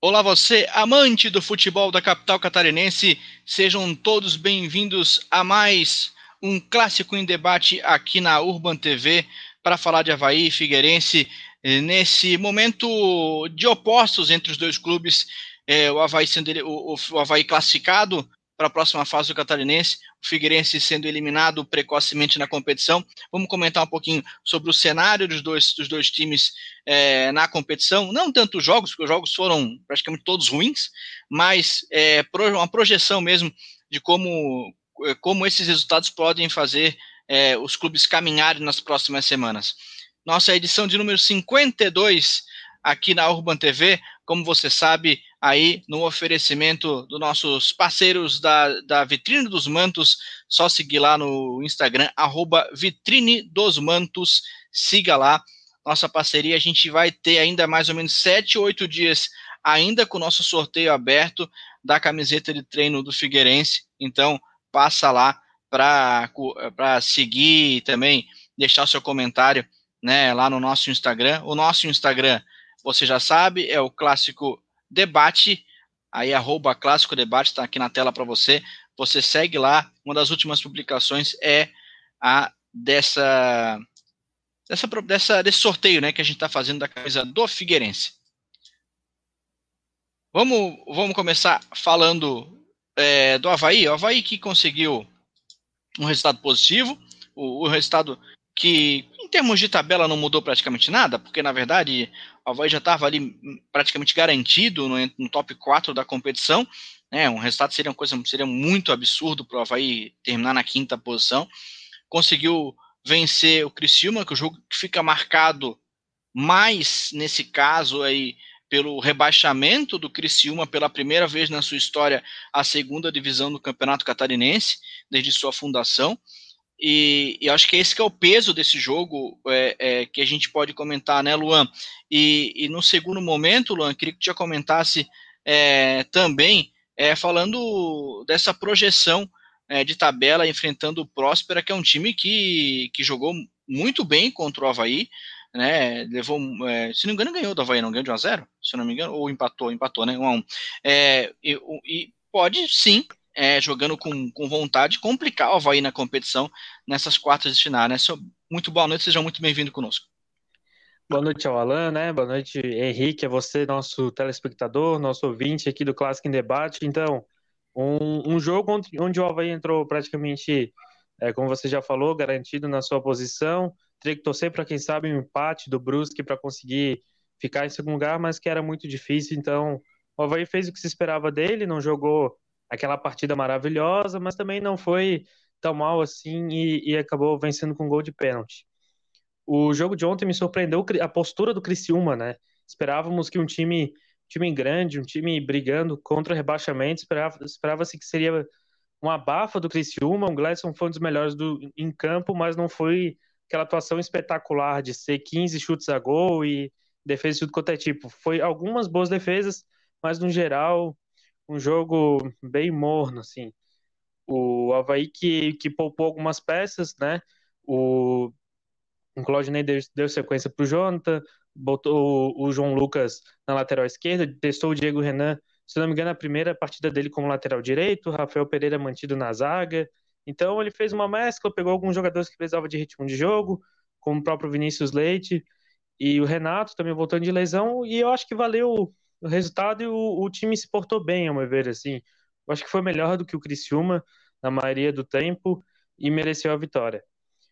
Olá você, amante do futebol da capital catarinense, sejam todos bem-vindos a mais um Clássico em Debate aqui na Urban TV para falar de Avaí e Figueirense nesse momento de opostos entre os dois clubes, o Avaí sendo o Avaí classificado para a próxima fase do Catarinense, o Figueirense sendo eliminado precocemente na competição. Vamos comentar um pouquinho sobre o cenário dos dois times na competição, não tanto os jogos, porque os jogos foram praticamente todos ruins, mas uma projeção mesmo de como esses resultados podem fazer os clubes caminharem nas próximas semanas. Nossa edição de número 52 aqui na Urban TV, como você sabe, aí no oferecimento dos nossos parceiros da Vitrine dos Mantos, só seguir lá no Instagram, @Vitrine dos Mantos, siga lá. Nossa parceria, a gente vai ter ainda mais ou menos 7, 8 dias ainda com o nosso sorteio aberto da camiseta de treino do Figueirense. Então, passa lá para seguir e também deixar o seu comentário, né, lá no nosso Instagram. O nosso Instagram, você já sabe, é o Clássico Debate, aí @Clássico Debate, está aqui na tela para você. Você segue lá, uma das últimas publicações é a desse sorteio, né, que a gente está fazendo da camisa do Figueirense. Vamos começar falando do Avaí. O Avaí que conseguiu um resultado positivo, o resultado que, em termos de tabela, não mudou praticamente nada, porque, na verdade, o Avaí já estava ali praticamente garantido no top 4 da competição. Um resultado seria muito absurdo para o Avaí terminar na quinta posição. Conseguiu vencer o Criciúma, que o jogo fica marcado mais, nesse caso aí, pelo rebaixamento do Criciúma pela primeira vez na sua história à segunda divisão do Campeonato Catarinense, desde sua fundação. E acho que esse que é o peso desse jogo que a gente pode comentar, né, Luan? E no segundo momento, Luan, queria que tu já comentasse também, falando dessa projeção de tabela, enfrentando o Próspera, que é um time que jogou muito bem contra o Avaí, né? Levou, se não me engano, ganhou do Avaí, não ganhou de 1-0, se não me engano, ou empatou, né? 1-1. E pode sim, jogando com vontade, complicar o Avaí na competição nessas quartas de final, né? Muito boa noite, seja muito bem-vindo conosco. Boa noite ao Alan, né? Boa noite, Henrique, a você, nosso telespectador, nosso ouvinte aqui do Clássico em Debate. Então, um jogo onde o Avaí entrou praticamente, como você já falou, garantido na sua posição. Teria que torcer para, quem sabe, um empate do Brusque para conseguir ficar em segundo lugar, mas que era muito difícil. Então, o Avaí fez o que se esperava dele, não jogou aquela partida maravilhosa, mas também não foi tão mal assim e acabou vencendo com um gol de pênalti. O jogo de ontem me surpreendeu a postura do Criciúma, né? Esperávamos que um time grande, um time brigando contra o rebaixamento, esperava-se que seria um abafa do Criciúma. O Gladson foi um dos melhores em campo, mas não foi aquela atuação espetacular de ser 15 chutes a gol e defesa de tudo quanto é tipo. Foi algumas boas defesas, mas no geral, um jogo bem morno, assim. O Avaí que poupou algumas peças, né? O Claudinei deu sequência para o Jonathan, botou o João Lucas na lateral esquerda, testou o Diego Renan, se não me engano, a primeira partida dele como lateral direito, Rafael Pereira mantido na zaga. Então ele fez uma mescla, pegou alguns jogadores que precisavam de ritmo de jogo, como o próprio Vinícius Leite e o Renato também voltando de lesão, e eu acho que valeu o resultado e o time se portou bem, ao meu ver, assim. Eu acho que foi melhor do que o Criciúma na maioria do tempo e mereceu a vitória.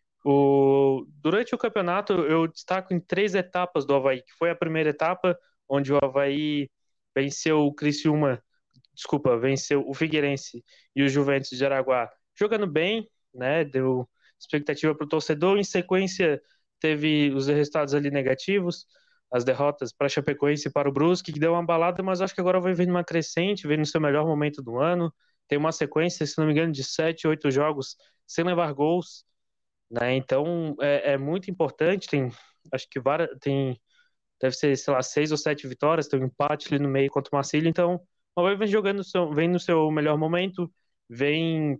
Durante o campeonato, eu destaco em três etapas do Avaí, que foi a primeira etapa, onde o Avaí venceu o Criciúma, desculpa, venceu o Figueirense e o Juventus de Araguá, jogando bem, né? Deu expectativa para o torcedor. Em sequência, teve os resultados ali negativos, as derrotas para Chapecoense e para o Brusque, que deu uma balada, mas acho que agora vai vir numa crescente, vem no seu melhor momento do ano. Tem uma sequência, se não me engano, de 7, 8 jogos sem levar gols, né? Então é muito importante. Tem, acho que deve ser, sei lá, 6 ou 7 vitórias. Tem um empate ali no meio contra o Marcílio. Então o Bahia vem jogando, vem no seu melhor momento, vem,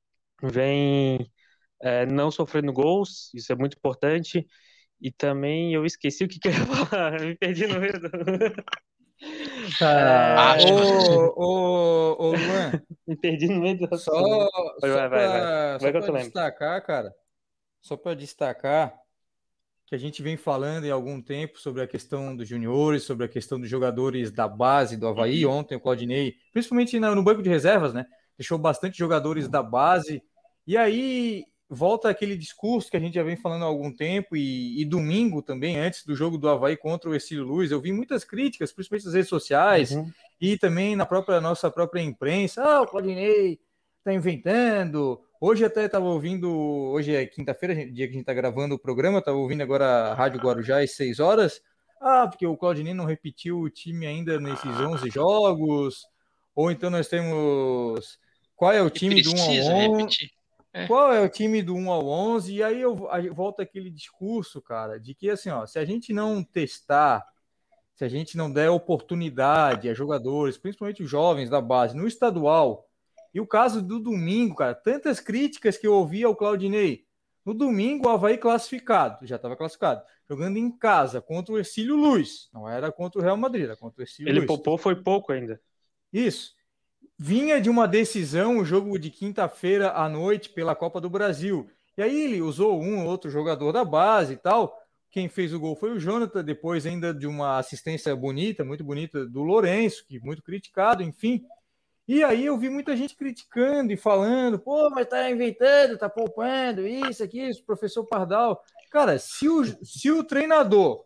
vem não sofrendo gols. Isso é muito importante. E também eu esqueci o que eu ia falar, me perdi no meio. Aspas. Ô, Luan, Me perdi no meio do só, raciocínio. Vai. Vai só que eu para tô lembro. destacar, cara, só para destacar que a gente vem falando em algum tempo sobre a questão dos juniores, sobre a questão dos jogadores da base do Avaí. Ontem o Claudinei, principalmente no banco de reservas, né? Deixou bastante jogadores da base. E aí volta aquele discurso que a gente já vem falando há algum tempo, e domingo também, antes do jogo do Avaí contra o Ercílio Luz, eu vi muitas críticas, principalmente nas redes sociais e também na nossa própria imprensa. Ah, o Claudinei tá inventando. Hoje até estava ouvindo, hoje é quinta-feira, dia que a gente está gravando o programa, estava ouvindo agora a Rádio Guarujá às 6 horas. Ah, porque o Claudinei não repetiu o time ainda nesses 11 jogos. Ou então nós temos qual é o time do 1 ao Precisa 11? repetir. Qual é o time do 1 ao 11? E aí volta aquele discurso, cara, de que assim, ó, se a gente não testar, se a gente não der oportunidade a jogadores, principalmente os jovens da base, no estadual, e o caso do domingo, cara, tantas críticas que eu ouvi ao Claudinei. No domingo, o Avaí classificado, já estava classificado, jogando em casa contra o Ercílio Luz, não era contra o Real Madrid, era contra o Ercílio Ele Luz. poupou foi pouco ainda. Isso. Vinha de uma decisão, o jogo de quinta-feira à noite pela Copa do Brasil. E aí ele usou um ou outro jogador da base e tal. Quem fez o gol foi o Jonathan, depois ainda de uma assistência bonita, muito bonita, do Lourenço, que muito criticado, enfim. E aí eu vi muita gente criticando e falando, pô, mas tá inventando, tá poupando, isso, aqui, professor Pardal. Cara, se o treinador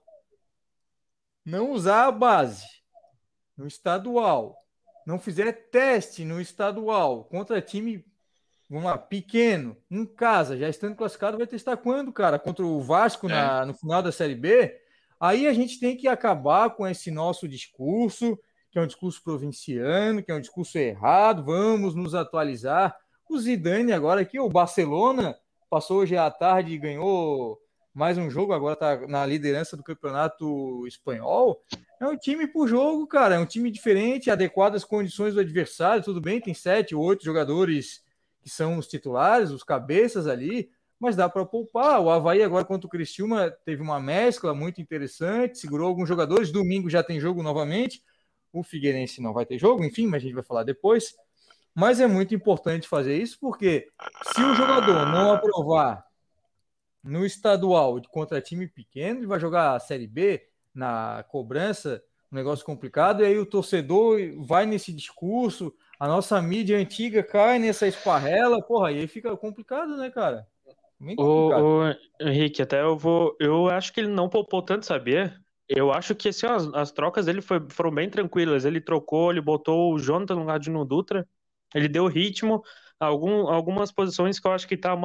não usar a base no estadual, não fizer teste no estadual contra time, vamos lá, pequeno, em casa, já estando classificado, vai testar quando, cara? Contra o Vasco no final da Série B? Aí a gente tem que acabar com esse nosso discurso, que é um discurso provinciano, que é um discurso errado, vamos nos atualizar. O Zidane agora aqui, o Barcelona, passou hoje à tarde e ganhou mais um jogo, agora está na liderança do campeonato espanhol. É um time por jogo, cara, é um time diferente, adequado às condições do adversário, tudo bem, tem 7 ou 8 jogadores que são os titulares, os cabeças ali, mas dá para poupar. O Avaí agora contra o Criciúma teve uma mescla muito interessante, segurou alguns jogadores, domingo já tem jogo novamente, o Figueirense não vai ter jogo, enfim, mas a gente vai falar depois. Mas é muito importante fazer isso, porque se o jogador não aprovar no estadual contra time pequeno, ele vai jogar a Série B na cobrança, um negócio complicado, e aí o torcedor vai nesse discurso, a nossa mídia antiga cai nessa esparrela, porra, aí fica complicado, né, cara? Bem complicado. O Henrique, até eu acho que ele não poupou tanto, sabia? Eu acho que assim, as trocas dele foram bem tranquilas. Ele trocou, ele botou o Jonathan no lugar de Nuno Dutra, ele deu ritmo, algumas posições que eu acho que tá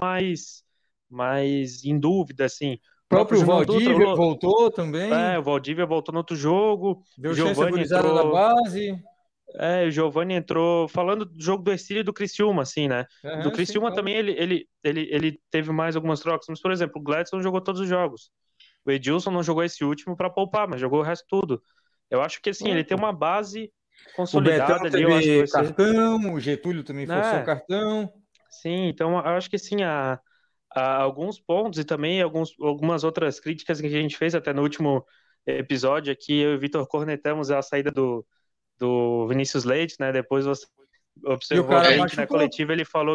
mais em dúvida, assim. O próprio Júnior Valdívia Dutra, voltou também. o Valdívia voltou no outro jogo. Deu chance Giovani agorizada da base. o Giovani entrou falando do jogo do Ercílio e do Criciúma, assim, né? Do Criciúma sim, claro. também ele teve mais algumas trocas, mas, por exemplo, o Gladson jogou todos os jogos. O Edilson não jogou esse último para poupar, mas jogou o resto tudo. Eu acho que, assim, ele tem uma base consolidada o Betão ali. Eu acho que vai ser... cartão, o Getúlio também forçou cartão. Sim, então eu acho que, assim, há alguns pontos e também algumas outras críticas que a gente fez até no último episódio aqui, eu e o Vitor cornetamos a saída do Vinícius Leite, né? Depois você observou bem que na coletiva ele falou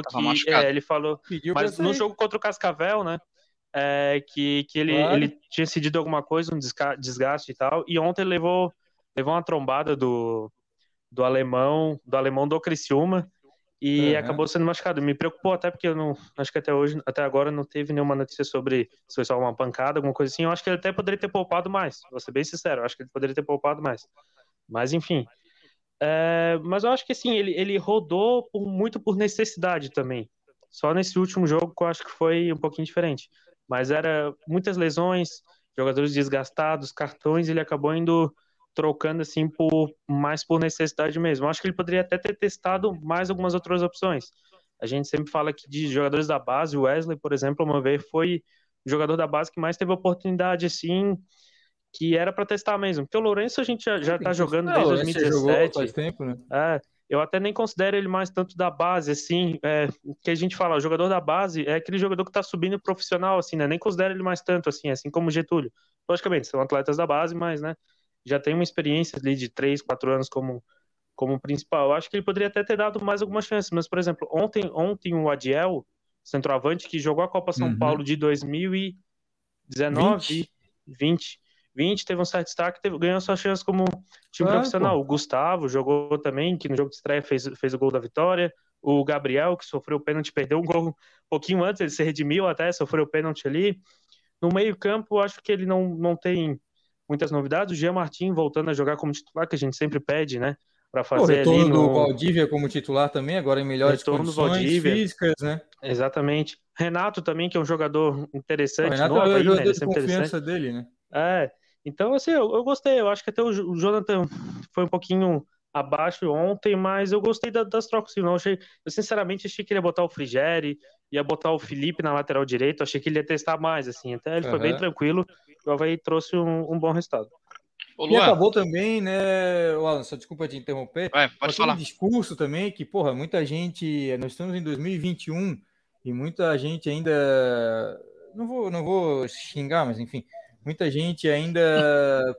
mas no jogo contra o Cascavel, né? Que ele tinha cedido alguma coisa, um desgaste e tal, e ontem levou uma trombada do alemão do Criciúma e acabou sendo machucado. Me preocupou até porque eu não acho que até agora não teve nenhuma notícia sobre se foi só uma pancada, alguma coisa assim. Eu acho que ele até poderia ter poupado mais, vou ser bem sincero, eu acho que ele poderia ter poupado mais. Mas enfim. Mas eu acho que assim, ele rodou muito por necessidade também. Só nesse último jogo que eu acho que foi um pouquinho diferente. Mas era muitas jogadores desgastados, cartões, ele acabou indo trocando assim mais por necessidade mesmo. Eu acho que ele poderia até ter testado mais algumas outras opções. A gente sempre fala aqui de jogadores da base, o Wesley, por exemplo, uma vez foi o jogador da base que mais teve oportunidade assim, que era para testar mesmo. Porque o Lourenço a gente já tá jogando desde 2017. Jogou faz tempo, né? Eu até nem considero ele mais tanto da base, assim, que a gente fala, o jogador da base é aquele jogador que tá subindo profissional, assim, né? Nem considero ele mais tanto, assim como o Getúlio. Logicamente, são atletas da base, mas, né? já tem uma experiência ali de 3, 4 anos como principal. Eu acho que ele poderia até ter dado mais algumas chances, mas, por exemplo, ontem o Adiel, centroavante, que jogou a Copa São Uhum. Paulo de 2019, 20, teve um certo destaque, ganhou sua chance como time profissional. Pô. O Gustavo jogou também, que no jogo de estreia fez o gol da vitória. O Gabriel, que sofreu o pênalti, perdeu um gol um pouquinho antes, ele se redimiu até, sofreu o pênalti ali. No meio-campo, acho que ele não tem muitas novidades. O Jean Martin voltando a jogar como titular, que a gente sempre pede, né? Para O fazer ali retorno do no Valdívia como titular também, agora em melhores retorno do condições Valdívia. físicas, né? Exatamente. Renato também, que é um jogador O interessante, Renato é novo o aí, né? Ele jogador é de sempre interessante. confiança dele, né? Então, assim, eu gostei. Eu acho que até o Jonathan foi um pouquinho abaixo ontem, mas eu gostei das trocas. Assim, eu sinceramente achei que ele ia botar o Frigeri, ia botar o Felipe na lateral direita. Achei que ele ia testar mais, assim. Até ele foi bem tranquilo. O Avaí trouxe um bom resultado. E acabou também, né, Alan, só desculpa te interromper, com aquele discurso também que, porra, muita gente, nós estamos em 2021 e muita gente ainda, não vou xingar, mas enfim, muita gente ainda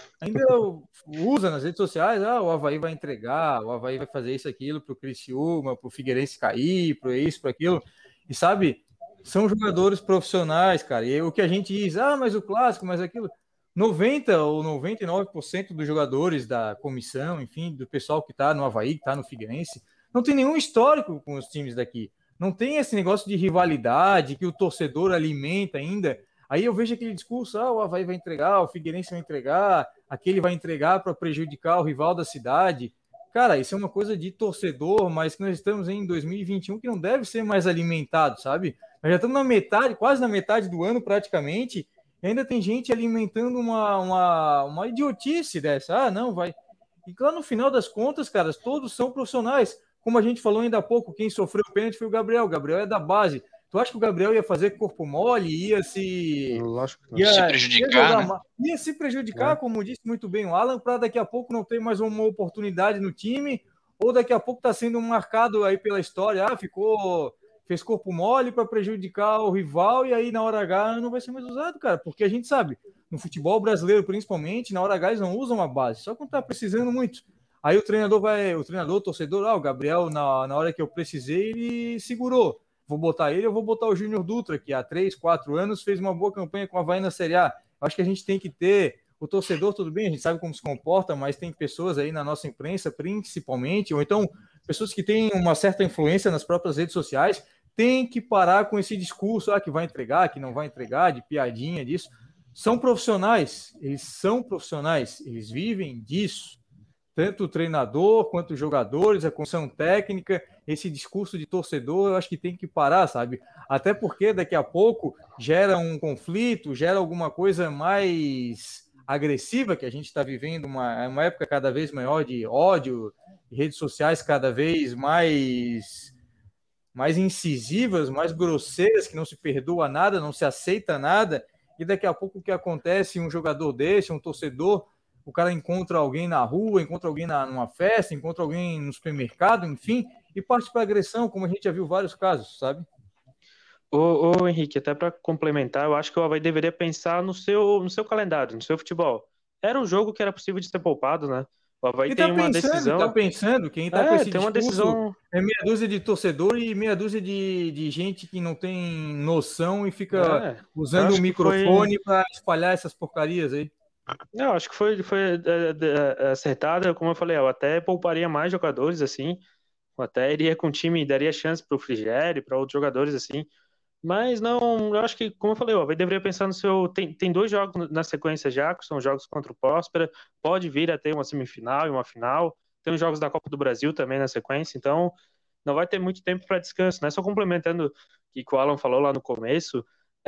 usa nas redes sociais, o Avaí vai entregar, o Avaí vai fazer isso, aquilo pro Criciúma, pro Figueirense cair, pro isso, pro aquilo, e sabe, são jogadores profissionais, cara, e o que a gente diz, mas o clássico, mas aquilo, 90 ou 99% dos jogadores da comissão, enfim, do pessoal que tá no Avaí, que tá no Figueirense, não tem nenhum histórico com os times daqui, não tem esse negócio de rivalidade que o torcedor alimenta ainda. Aí eu vejo aquele discurso, o Avaí vai entregar, o Figueirense vai entregar, aquele vai entregar para prejudicar o rival da cidade. Cara, isso é uma coisa de torcedor, mas que nós estamos em 2021 que não deve ser mais alimentado, sabe? Nós já estamos na metade, quase na metade do ano praticamente, e ainda tem gente alimentando uma idiotice dessa. Não, vai. E lá no final das contas, caras, todos são profissionais. Como a gente falou ainda há pouco, quem sofreu o pênalti foi o Gabriel. O Gabriel é da base. Tu acha que o Gabriel ia fazer corpo mole, ia se prejudicar, né? Ia se prejudicar, como disse muito bem o Alan, para daqui a pouco não ter mais uma oportunidade no time, ou daqui a pouco está sendo marcado aí pela história, fez corpo mole para prejudicar o rival, e aí na hora H não vai ser mais usado, cara, porque a gente sabe, no futebol brasileiro principalmente, na hora H eles não usam a base, só quando tá precisando muito. Aí o treinador, o torcedor, o Gabriel, na hora que eu precisei, ele segurou. Vou botar ele, eu vou botar o Júnior Dutra, que há 3, 4 anos fez uma boa campanha com a Avaí na Série A. Acho que a gente tem que ter o torcedor, tudo bem, a gente sabe como se comporta, mas tem pessoas aí na nossa imprensa, principalmente, ou então pessoas que têm uma certa influência nas próprias redes sociais, tem que parar com esse discurso, que vai entregar, que não vai entregar, de piadinha disso. São profissionais, eles vivem disso. Tanto o treinador quanto os jogadores, a comissão técnica, esse discurso de torcedor, eu acho que tem que parar, sabe? Até porque daqui a pouco gera um conflito, gera alguma coisa mais agressiva, que a gente está vivendo uma época cada vez maior de ódio, redes sociais cada vez mais incisivas, mais grosseiras, que não se perdoa nada, não se aceita nada, e daqui a pouco o que acontece, um jogador desse, um torcedor, o cara encontra alguém na rua, encontra alguém numa festa, encontra alguém no supermercado, enfim, e parte para agressão, como a gente já viu vários casos, sabe? Ô Henrique, até para complementar, eu acho que o Avaí deveria pensar no seu calendário, no seu futebol. Era um jogo que era possível de ser poupado, né? O Avaí tem uma decisão. Tá pensando, quem tá com esse tem uma discurso decisão. É meia dúzia de torcedor e meia dúzia de gente que não tem noção e fica usando o microfone para espalhar essas porcarias aí. Eu acho que foi acertada, como eu falei, eu até pouparia mais jogadores, assim, eu até iria com o time, daria chance para o Frigério, para outros jogadores, assim, mas não, eu acho que, como eu falei, ó, deveria pensar no seu, tem 2 jogos na sequência já, que são jogos contra o Próspera, pode vir a ter uma semifinal e uma final, tem os jogos da Copa do Brasil também na sequência, então não vai ter muito tempo para descanso, né, só complementando o que o Alan falou lá no começo,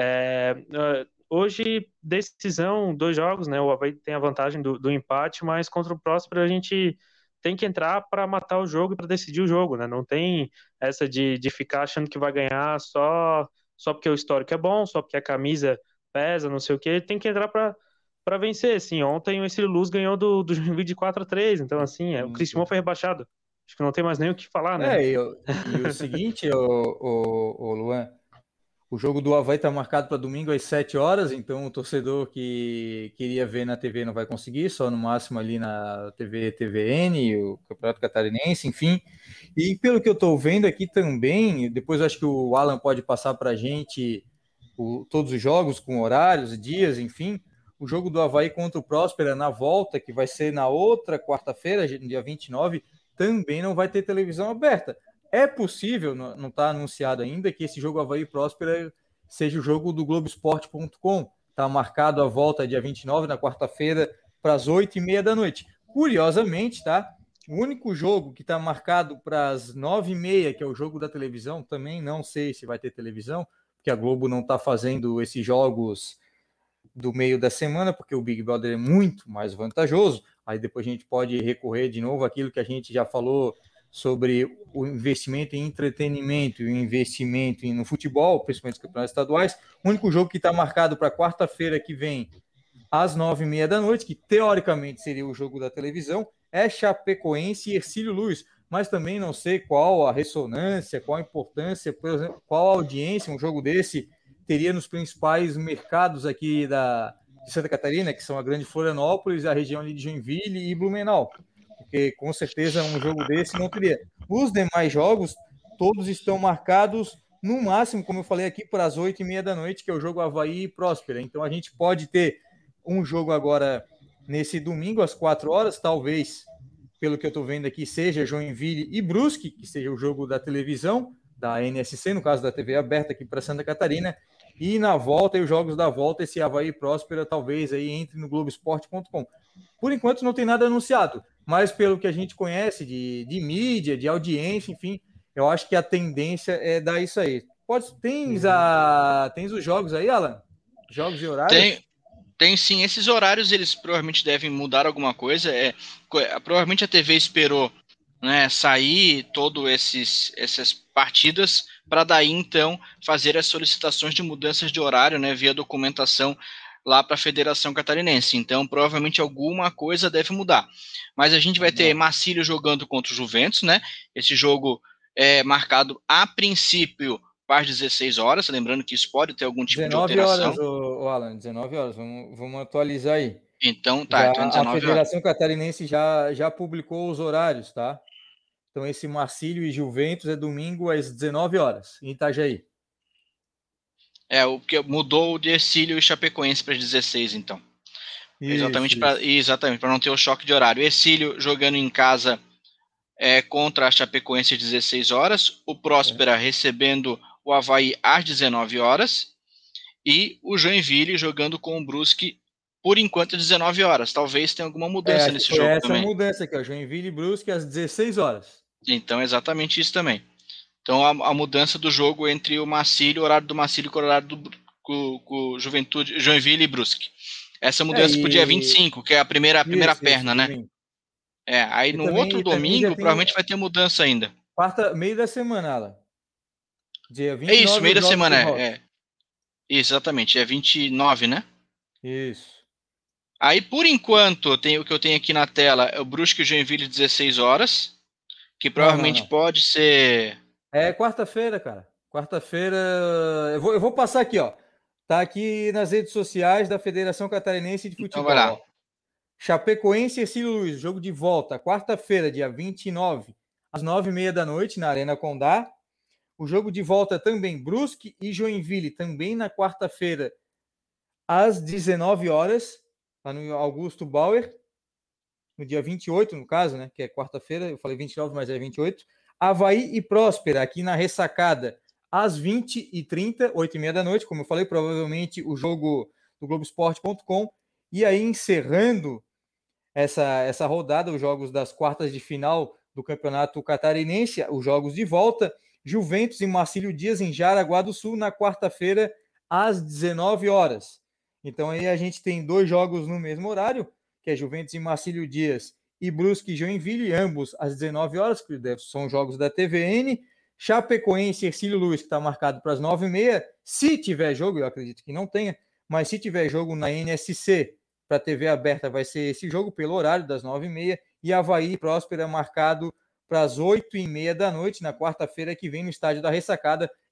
hoje, decisão, 2 jogos, né? O Avaí tem a vantagem do empate, mas contra o Próspero a gente tem que entrar para matar o jogo e para decidir o jogo, né? Não tem essa de ficar achando que vai ganhar só porque o histórico é bom, só porque a camisa pesa, não sei o quê. Tem que entrar para vencer. Assim, ontem o Ercílio Luz ganhou do Joinville de 4-3, então assim, o Criciúma foi rebaixado. Acho que não tem mais nem o que falar, né? E o seguinte, o Luan, O jogo do Avaí está marcado para domingo às 7 horas, então o torcedor que queria ver na TV não vai conseguir, só no máximo ali na TV TVN, o Campeonato Catarinense, enfim. E pelo que eu estou vendo aqui também, depois eu acho que o Alan pode passar para a gente todos os jogos com horários, dias, enfim. O jogo do Avaí contra o Próspera na volta, que vai ser na outra quarta-feira, dia 29, também não vai ter televisão aberta. É possível, não está anunciado ainda, que esse jogo Avaí Próspera seja o jogo do Globoesporte.com. Está marcado a volta dia 29, na quarta-feira, para as 8h30 da noite. Curiosamente, tá? O único jogo que está marcado para as 9h30, que é o jogo da televisão, também não sei se vai ter televisão, porque a Globo não está fazendo esses jogos do meio da semana, porque o Big Brother é muito mais vantajoso. Aí depois a gente pode recorrer de novo àquilo que a gente já falou sobre o investimento em entretenimento e o investimento no futebol, principalmente os campeonatos estaduais. O único jogo que está marcado para quarta-feira que vem, às 9h30 da noite, que teoricamente seria o jogo da televisão, é Chapecoense e Hercílio Luz. Mas também não sei qual a ressonância, qual a importância, por exemplo, qual a audiência um jogo desse teria nos principais mercados aqui de Santa Catarina, que são a Grande Florianópolis, a região ali de Joinville e Blumenau. Porque com certeza um jogo desse não teria. Os demais jogos, todos estão marcados no máximo, como eu falei aqui, para as 8h30 da noite, que é o jogo Avaí e Próspera. Então a gente pode ter um jogo agora nesse domingo, às 4 horas, talvez, pelo que eu estou vendo aqui, seja Joinville e Brusque, que seja o jogo da televisão, da NSC, no caso da TV aberta aqui para Santa Catarina, e na volta, e os jogos da volta, esse Avaí Próspera talvez aí entre no Globoesporte.com. Por enquanto não tem nada anunciado, mas pelo que a gente conhece de mídia, de audiência, enfim, eu acho que a tendência é dar isso aí. Tens os jogos aí, Alan? Jogos e horários? Tem sim. Esses horários eles provavelmente devem mudar alguma coisa. Provavelmente a TV esperou, né, sair todas essas partidas para daí então fazer as solicitações de mudanças de horário, né, via documentação lá para a Federação Catarinense. Então provavelmente alguma coisa deve mudar. Mas a gente vai ter Marcílio jogando contra o Juventus, né? Esse jogo é marcado a princípio às 16 horas, lembrando que isso pode ter algum tipo de alteração. 19 horas, Alan, 19 horas, vamos atualizar aí. Então tá, então 19 horas. A Federação Catarinense já publicou os horários, tá? Então esse Marcílio e Juventus é domingo às 19 horas, em Itajaí. O que mudou de Hercílio e Chapecoense para as 16, então. Exatamente para não ter o choque de horário. Hercílio jogando em casa contra a Chapecoense às 16 horas, o Próspera recebendo o Avaí às 19 horas e o Joinville jogando com o Brusque por enquanto às 19 horas. Talvez tenha alguma mudança nesse jogo também. Essa mudança aqui, ó, Joinville e Brusque às 16 horas. Então é exatamente isso também. Então a mudança do jogo entre o Marcílio, o horário do Marcílio com o horário do Juventude, Joinville e Brusque. Essa mudança pro dia 25, que é a primeira perna, né? Domingo. Aí no outro domingo, provavelmente vai ter mudança ainda. Meio da semana, Alan. Dia 29. É isso, meio da semana, Isso, exatamente, é 29, né? Isso. Aí, por enquanto, o que eu tenho aqui na tela é o Brusque e Joinville 16 horas, que provavelmente pode ser... É quarta-feira, cara. Quarta-feira... Eu vou passar aqui, ó. Tá aqui nas redes sociais da Federação Catarinense de Futebol. Então vai lá. Ó. Chapecoense e Hercílio Luz, jogo de volta, quarta-feira, dia 29, às 9h30 da noite, na Arena Condá. O jogo de volta também, Brusque e Joinville, também na quarta-feira, às 19 horas, lá no Augusto Bauer, no dia 28, no caso, né, que é quarta-feira, eu falei 29, mas é 28. Avaí e Próspera, aqui na Ressacada, às 20h30, 8h30 da noite, como eu falei, provavelmente o jogo do Globoesporte.com. E aí, encerrando essa rodada, os jogos das quartas de final do Campeonato Catarinense, os jogos de volta, Juventus e Marcílio Dias em Jaraguá do Sul, na quarta-feira, às 19 horas. Então aí a gente tem 2 jogos no mesmo horário, que é Juventus e Marcílio Dias e Brusque e Joinville, ambos às 19 horas, que são jogos da TVN. Chapecoense e Hercílio Luz, que está marcado para as 9h30. Se tiver jogo, eu acredito que não tenha, mas se tiver jogo na NSC, para a TV aberta vai ser esse jogo pelo horário das 9h30, e Avaí e Próspera marcado para as 8h30 da noite, na quarta-feira que vem, no estádio da Ressacada.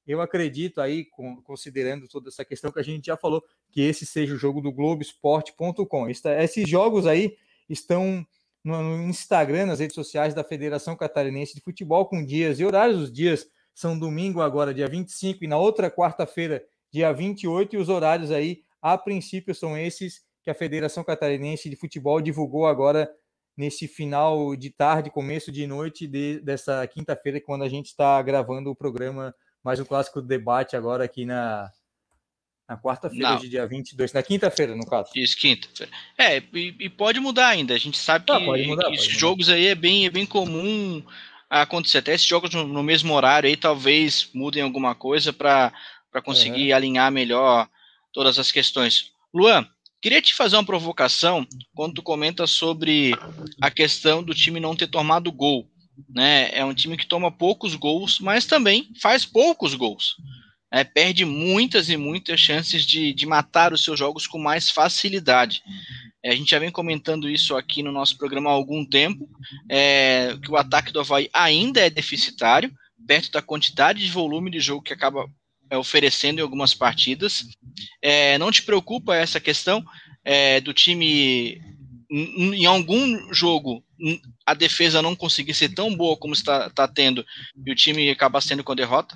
eu acredito aí, considerando toda essa questão que a gente já falou, que esse seja o jogo do Globoesporte.com. Esses jogos aí estão no Instagram, nas redes sociais da Federação Catarinense de Futebol, com dias e horários. Os dias são domingo agora, dia 25, e na outra quarta-feira, dia 28, e os horários aí, a princípio, são esses que a Federação Catarinense de Futebol divulgou agora nesse final de tarde, começo de noite dessa quinta-feira, quando a gente está gravando o programa mais um clássico do debate agora aqui na quarta-feira, hoje dia 22, na quinta-feira, no caso. Isso, quinta-feira. E pode mudar ainda. A gente sabe que esses jogos aí é bem comum acontecer. Até esses jogos no mesmo horário aí talvez mudem alguma coisa para conseguir alinhar melhor todas as questões. Luan, queria te fazer uma provocação quando tu comenta sobre a questão do time não ter tomado gol. Né? É um time que toma poucos gols, mas também faz poucos gols. Perde muitas e muitas chances de matar os seus jogos com mais facilidade. A gente já vem comentando isso aqui no nosso programa há algum tempo, que o ataque do Avaí ainda é deficitário, perto da quantidade de volume de jogo que acaba oferecendo em algumas partidas. Não te preocupa essa questão do time, em algum jogo, a defesa não conseguir ser tão boa como está tendo, e o time acaba sendo com a derrota?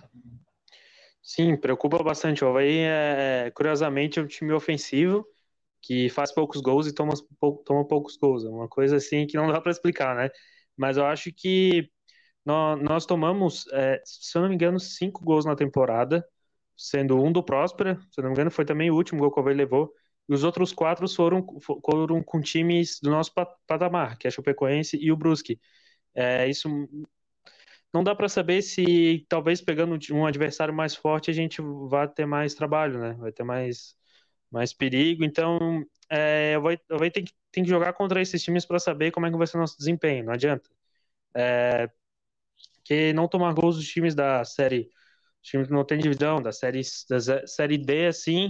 Sim, preocupa bastante. O Avaí, curiosamente, é um time ofensivo que faz poucos gols e toma poucos gols. É uma coisa assim que não dá para explicar, né? Mas eu acho que nós tomamos, se eu não me engano, 5 gols na temporada, sendo um do Próspera, se eu não me engano, foi também o último gol que o Avaí levou, e os outros 4 foram com times do nosso patamar, que é a Chapecoense e o Brusque. Isso não dá para saber se talvez pegando um adversário mais forte a gente vai ter mais trabalho, né? Vai ter mais perigo. Então, eu vou ter que jogar contra esses times para saber como é que vai ser o nosso desempenho. Não adianta. Que não tomar gols dos times da série, times que não tem divisão, da série D, assim,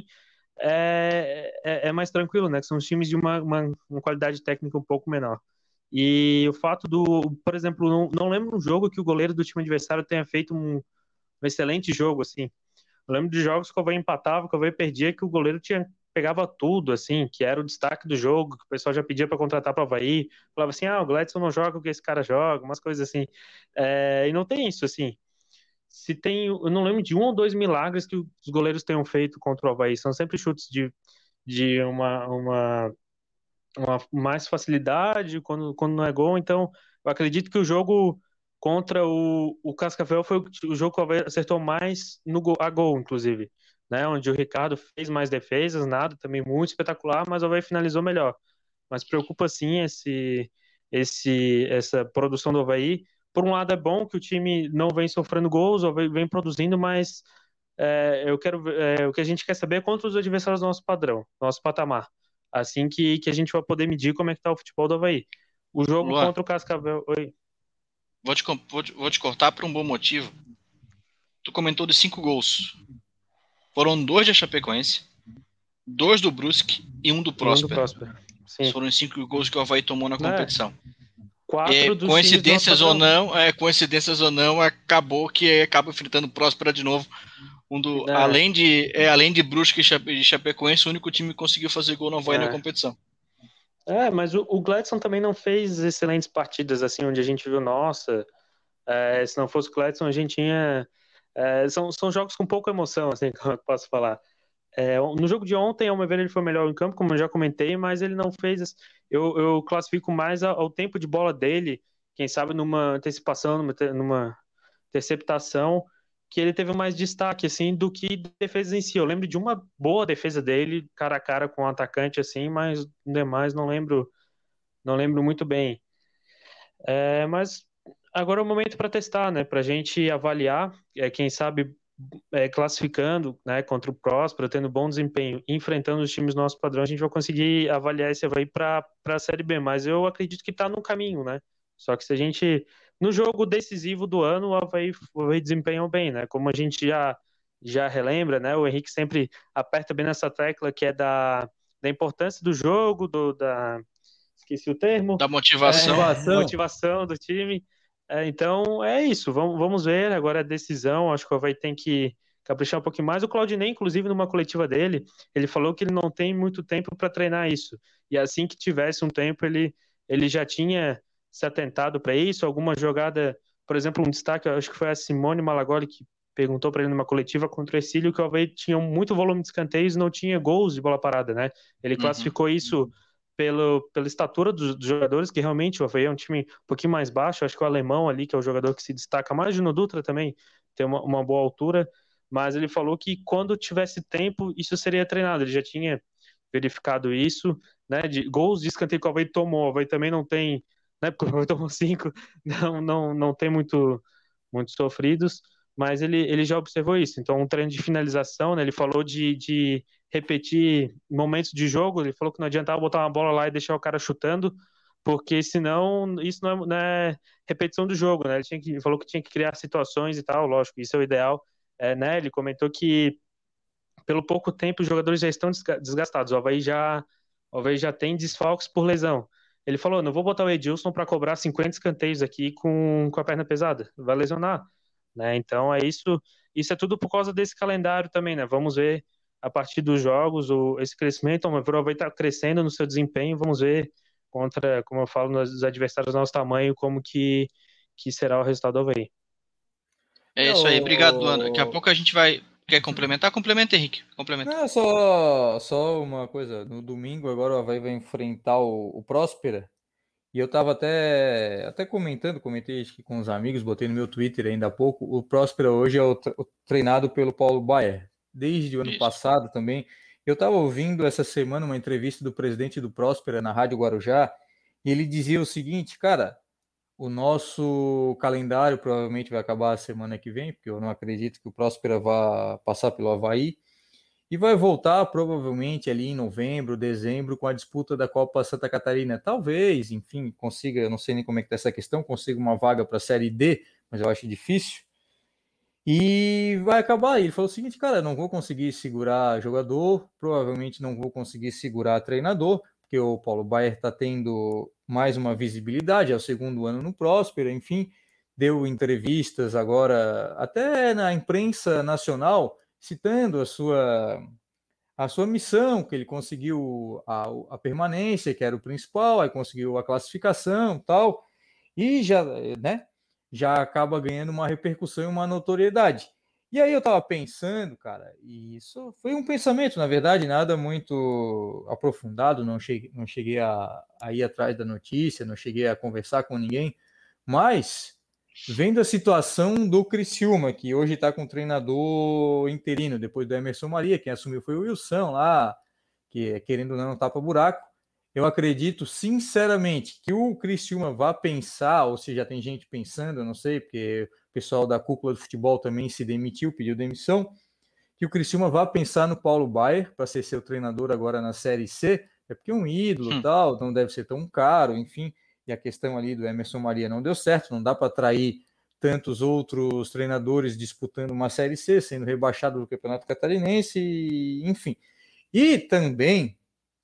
é mais tranquilo, né? Que são os times de uma qualidade técnica um pouco menor. E o fato por exemplo, não lembro um jogo que o goleiro do time adversário tenha feito um excelente jogo, assim. Eu lembro de jogos que o Avaí empatava, que o Avaí perdia, que o goleiro pegava tudo, assim, que era o destaque do jogo, que o pessoal já pedia para contratar para o Avaí, falava assim, o Gladson não joga o que esse cara joga, umas coisas assim. E não tem isso, assim. Eu não lembro de 1 ou 2 milagres que os goleiros tenham feito contra o Avaí, são sempre chutes de uma mais facilidade quando não é gol. Então, eu acredito que o jogo contra o Cascavel foi o jogo que o acertou mais a gol, inclusive, né? Onde o Ricardo fez mais defesas, nada, também muito espetacular, mas o Avaí finalizou melhor. Mas preocupa sim essa produção do Avaí. Por um lado é bom que o time não vem sofrendo gols, ou vem produzindo, mas o que a gente quer saber é contra os adversários do nosso padrão, nosso patamar. Assim que a gente vai poder medir como é que tá o futebol do Avaí. O jogo Luan, contra o Cascavel... Oi. Vou te cortar por um bom motivo. Tu comentou de 5 gols. Foram 2 da Chapecoense, 2 do Brusque e 1 do Próspera. Sim. Foram os 5 gols que o Avaí tomou na competição. 4 dos coincidências ou não, acabou que acaba enfrentando o Próspera de novo. Além de Brusque e Chapecoense, o único time que conseguiu fazer gol no Avaí na competição. Mas o Gladson também não fez excelentes partidas, assim, onde a gente viu, nossa, se não fosse o Gladson, a gente tinha... são jogos com pouca emoção, assim, como eu posso falar. No jogo de ontem, ao meu ver, ele foi melhor em campo, como eu já comentei, mas ele não fez... Eu classifico mais ao tempo de bola dele, quem sabe numa antecipação, numa interceptação, que ele teve mais destaque, assim, do que defesas em si. Eu lembro de uma boa defesa dele, cara a cara com o atacante, assim, mas demais não lembro muito bem. Mas agora é o momento para testar, né? Para a gente avaliar, quem sabe classificando, né, contra o Próspera, tendo bom desempenho, enfrentando os times do nosso padrão, a gente vai conseguir avaliar esse Avaí para a Série B. Mas eu acredito que está no caminho, né? Só que se a gente... No jogo decisivo do ano, o Avaí desempenhou bem, né? Como a gente já relembra, né? O Henrique sempre aperta bem nessa tecla que é da importância do jogo, esqueci o termo. Da motivação. Motivação do time. Então, é isso. Vamos ver. Agora a decisão. Acho que o Avaí tem que caprichar um pouquinho mais. O Claudinei, inclusive, numa coletiva dele, ele falou que ele não tem muito tempo para treinar isso. E assim que tivesse um tempo, ele já tinha se atentado para isso. Alguma jogada, por exemplo, um destaque, eu acho que foi a Simone Malagoli que perguntou para ele numa coletiva contra o Ercílio que o Avaí tinha muito volume de escanteios e não tinha gols de bola parada, né? Ele classificou isso pela estatura dos jogadores, que realmente o Avaí é um time um pouquinho mais baixo. Acho que o alemão ali, que é o jogador que se destaca mais, o Juno Dutra também tem uma boa altura, mas ele falou que quando tivesse tempo, isso seria treinado. Ele já tinha verificado isso, né? De gols de escanteio que o Avaí tomou. O Avaí também não tem, né? Porque o Avaí tomou 5, não tem muito sofridos, mas ele já observou isso. Então, um treino de finalização, né? Ele falou de repetir momentos de jogo. Ele falou que não adiantava botar uma bola lá e deixar o cara chutando, porque senão isso não é repetição do jogo, né? Ele falou que tinha que criar situações e tal, lógico, isso é o ideal, né? Ele comentou que pelo pouco tempo os jogadores já estão desgastados. O Avaí já tem desfalques por lesão. Ele falou: não vou botar o Edilson para cobrar 50 escanteios aqui com a perna pesada, vai lesionar, né? Então é isso. Isso é tudo por causa desse calendário também, né? Vamos ver a partir dos jogos esse crescimento. O Avaí está crescendo no seu desempenho. Vamos ver contra, como eu falo, nos adversários do nosso tamanho, como que será o resultado do Avaí. É isso aí, obrigado, Luan. Daqui a pouco a gente vai. Quer complementar? Complementa, Henrique. Complementa. Não, só uma coisa. No domingo, agora o Avaí vai enfrentar o Próspera. E eu tava até comentei acho que com os amigos, botei no meu Twitter ainda há pouco. O Próspera hoje é o treinado pelo Paulo Baier. Desde o ano passado também. Eu tava ouvindo essa semana uma entrevista do presidente do Próspera na Rádio Guarujá. E ele dizia o seguinte, cara. O nosso calendário provavelmente vai acabar a semana que vem, porque eu não acredito que o Próspera vá passar pelo Avaí. E vai voltar provavelmente ali em novembro, dezembro, com a disputa da Copa Santa Catarina. Talvez, enfim, consiga, eu não sei nem como é que está essa questão, consiga uma vaga para a Série D, mas eu acho difícil. E vai acabar. Ele falou o seguinte, cara, não vou conseguir segurar jogador, provavelmente não vou conseguir segurar treinador, porque o Paulo Baier está tendo mais uma visibilidade, é o segundo ano no Próspera, enfim, deu entrevistas agora, até na imprensa nacional, citando a sua missão, que ele conseguiu a permanência, que era o principal, aí conseguiu a classificação tal, e já, né, já acaba ganhando uma repercussão e uma notoriedade. E aí eu estava pensando, cara, e isso foi um pensamento, na verdade, nada muito aprofundado, não cheguei a ir atrás da notícia, não cheguei a conversar com ninguém, mas vendo a situação do Criciúma, que hoje está com um treinador interino, depois do Emerson Maria, quem assumiu foi o Wilson lá, que querendo ou não tapa buraco. Eu acredito sinceramente que o Criciúma vá pensar, ou se já tem gente pensando, eu não sei, porque o pessoal da cúpula do futebol também se demitiu, pediu demissão, que o Criciúma vá pensar no Paulo Baier para ser seu treinador agora na Série C, é porque é um ídolo tal, não deve ser tão caro, enfim, e a questão ali do Emerson Maria não deu certo, não dá para atrair tantos outros treinadores disputando uma Série C, sendo rebaixado do Campeonato Catarinense, enfim. E também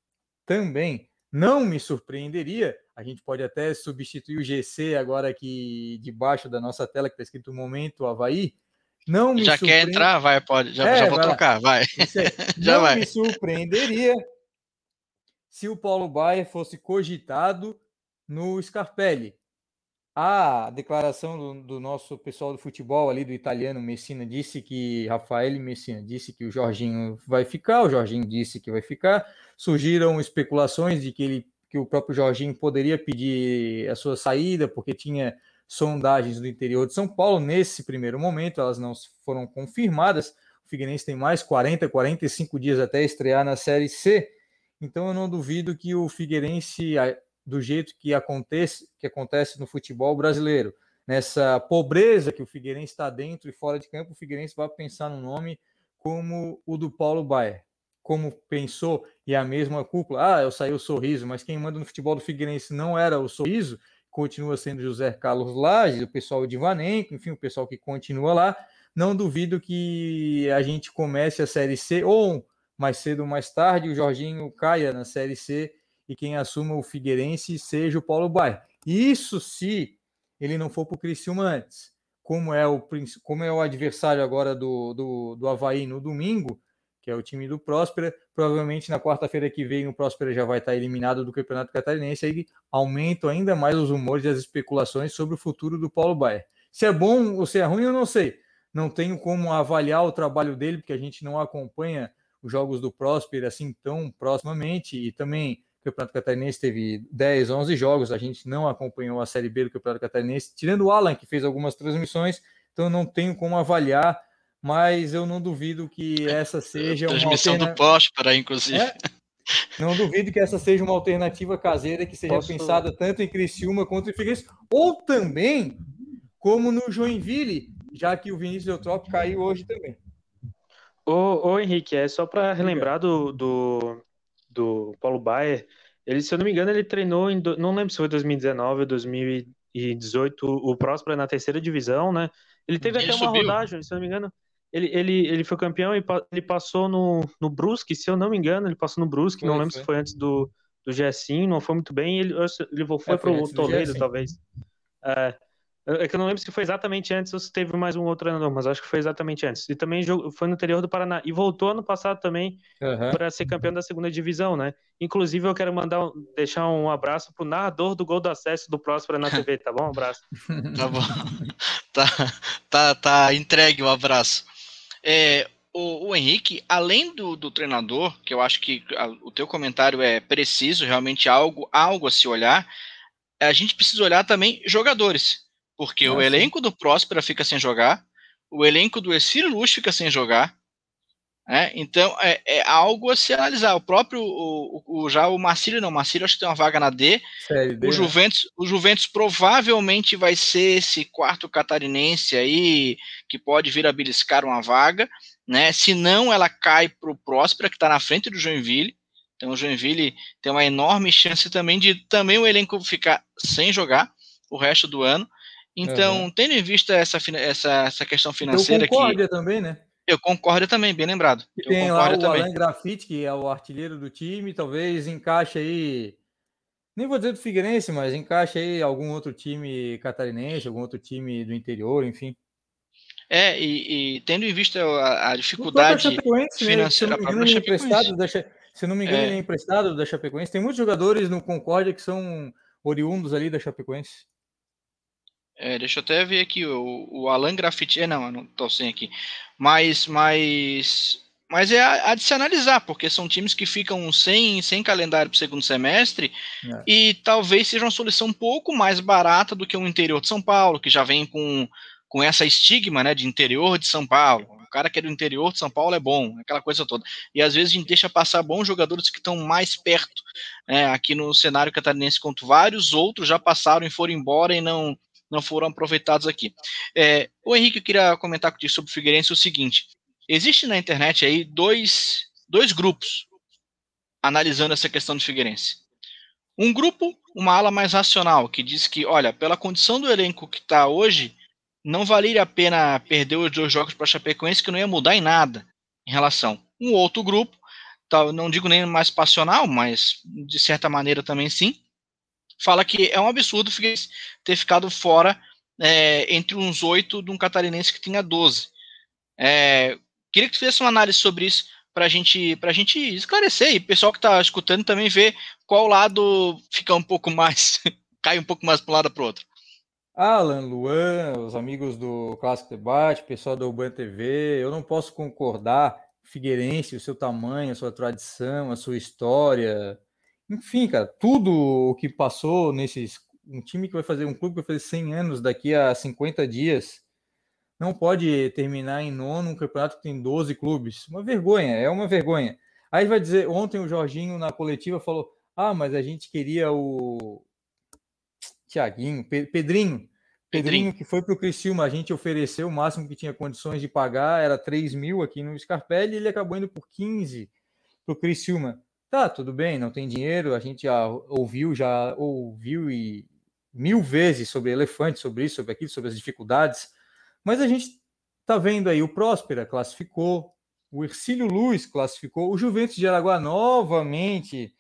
não me surpreenderia, a gente pode até substituir o GC agora aqui debaixo da nossa tela, que está escrito Momento Avaí. Não me já quer entrar? Vai, pode. Já vou trocar, vai. Já não vai. Me surpreenderia se o Paulo Baier fosse cogitado no Scarpelli. A declaração do nosso pessoal do futebol ali, do italiano Messina, Rafael Messina disse que o Jorginho vai ficar, o Jorginho disse que vai ficar. Surgiram especulações de que o próprio Jorginho poderia pedir a sua saída, porque tinha sondagens do interior de São Paulo. Nesse primeiro momento, elas não foram confirmadas. O Figueirense tem mais 45 dias até estrear na Série C. Então eu não duvido que o Figueirense, do jeito que acontece no futebol brasileiro, nessa pobreza que o Figueirense está dentro e fora de campo, o Figueirense vai pensar no nome como o do Paulo Baier. Como pensou, e a mesma cúpula, eu saí o Sorriso, mas quem manda no futebol do Figueirense não era o Sorriso, continua sendo José Carlos Lage, o pessoal de Ivanenco, enfim, o pessoal que continua lá. Não duvido que a gente comece a Série C, ou mais cedo ou mais tarde, o Jorginho caia na Série C e quem assuma o Figueirense seja o Paulo Baier. Isso se ele não for para o Criciúma antes. como é o adversário agora do Avaí no domingo, que é o time do Próspera, provavelmente na quarta-feira que vem o Próspera já vai estar eliminado do Campeonato Catarinense, aí aumentam ainda mais os rumores e as especulações sobre o futuro do Paulo Baier. Se é bom ou se é ruim, eu não sei. Não tenho como avaliar o trabalho dele, porque a gente não acompanha os jogos do Próspera assim tão proximamente, e também o Campeonato Catarinense teve 10, 11 jogos, a gente não acompanhou a Série B do Campeonato Catarinense, tirando o Alan, que fez algumas transmissões, então eu não tenho como avaliar, mas eu não duvido que essa seja uma transmissão do Próspera, inclusive. Não duvido que essa seja uma alternativa caseira que seja pensada tanto em Criciúma quanto em Figueirense, ou também como no Joinville, já que o Vinícius Eutrópio caiu hoje também. Ô Henrique, é só para relembrar do Paulo Baier. Ele, se eu não me engano, ele treinou não lembro se foi 2019 ou 2018, o Próspera na terceira divisão, né? Ele teve até uma rodagem, se eu não me engano. Ele foi campeão e ele passou no Brusque, se eu não me engano, ele passou no Brusque, não lembro se foi antes do Gessim, não foi muito bem, ele foi para o Toledo, talvez. É que eu não lembro se foi exatamente antes ou se teve mais um outro treinador, mas acho que foi exatamente antes. E também foi no interior do Paraná. E voltou ano passado também para ser campeão da segunda divisão, né? Inclusive, eu quero deixar um abraço pro narrador do gol do acesso do Próspera na TV, tá bom? Um abraço. Tá bom. Tá entregue o abraço. O Henrique, além do treinador, que eu acho que o teu comentário é preciso, realmente algo a se olhar, a gente precisa olhar também jogadores. Porque o elenco do Próspera fica sem jogar, o elenco do Ercílio Luz fica sem jogar, né? Então é algo a se analisar. O próprio, já o Marcílio acho que tem uma vaga na D. O Juventus provavelmente vai ser esse quarto catarinense aí, que pode vir a beliscar uma vaga, né? Se não, ela cai para o Próspera, que está na frente do Joinville. Então o Joinville tem uma enorme chance também de o elenco ficar sem jogar o resto do ano. Então, tendo em vista essa questão financeira aqui... Eu concordo também, né? Eu concordo também, bem lembrado. E tem lá o Alan Graffiti, que é o artilheiro do time, talvez encaixe aí, nem vou dizer do Figueirense, mas encaixe aí algum outro time catarinense, algum outro time do interior, enfim. E tendo em vista a dificuldade financeira... Se eu não me engano, ele é emprestado da Chapecoense. Tem muitos jogadores no Concórdia que são oriundos ali da Chapecoense. Deixa eu até ver aqui, o Alan Graffiti... não tô sem aqui. Mas é de se analisar, porque são times que ficam sem calendário para o segundo semestre, e talvez seja uma solução um pouco mais barata do que o interior de São Paulo, que já vem com essa estigma, né, de interior de São Paulo. O cara que é do interior de São Paulo é bom, aquela coisa toda. E às vezes a gente deixa passar bons jogadores que estão mais perto, né, aqui no cenário catarinense, enquanto vários outros já passaram e foram embora e não foram aproveitados aqui. O Henrique, eu queria comentar contigo sobre o Figueirense o seguinte: existe na internet aí dois grupos analisando essa questão do Figueirense. Um grupo, uma ala mais racional, que diz que, olha, pela condição do elenco que está hoje, não valeria a pena perder os 2 jogos para a Chapecoense, que não ia mudar em nada em relação. Um outro grupo, não digo nem mais passional, mas de certa maneira também sim, fala que é um absurdo o Figueirense ter ficado fora entre uns 8 de um catarinense que tinha 12. Queria que tu fizesse uma análise sobre isso para a gente esclarecer, e o pessoal que está escutando também ver qual lado fica um pouco mais, cai um pouco mais para um lado ou para o outro. Alan, Luan, os amigos do Clássico Debate, pessoal da Urban TV, eu não posso concordar. Figueirense, o seu tamanho, a sua tradição, a sua história, enfim, cara, tudo o que passou um time que vai fazer, um clube que vai fazer 100 anos daqui a 50 dias, não pode terminar em nono um campeonato que tem 12 clubes. Uma vergonha, é uma vergonha. Aí vai dizer, ontem o Jorginho na coletiva falou, mas a gente queria o Thiaguinho, Pedrinho, que foi para o Criciúma, a gente ofereceu o máximo que tinha condições de pagar, era 3 mil aqui no Scarpelli, e ele acabou indo por 15 para o Criciúma. Tá, tudo bem, não tem dinheiro, a gente já ouviu e 1000 vezes sobre elefante, sobre isso, sobre aquilo, sobre as dificuldades, mas a gente tá vendo aí, o Próspera classificou, o Ercílio Luz classificou, o Juventus de Araguá novamente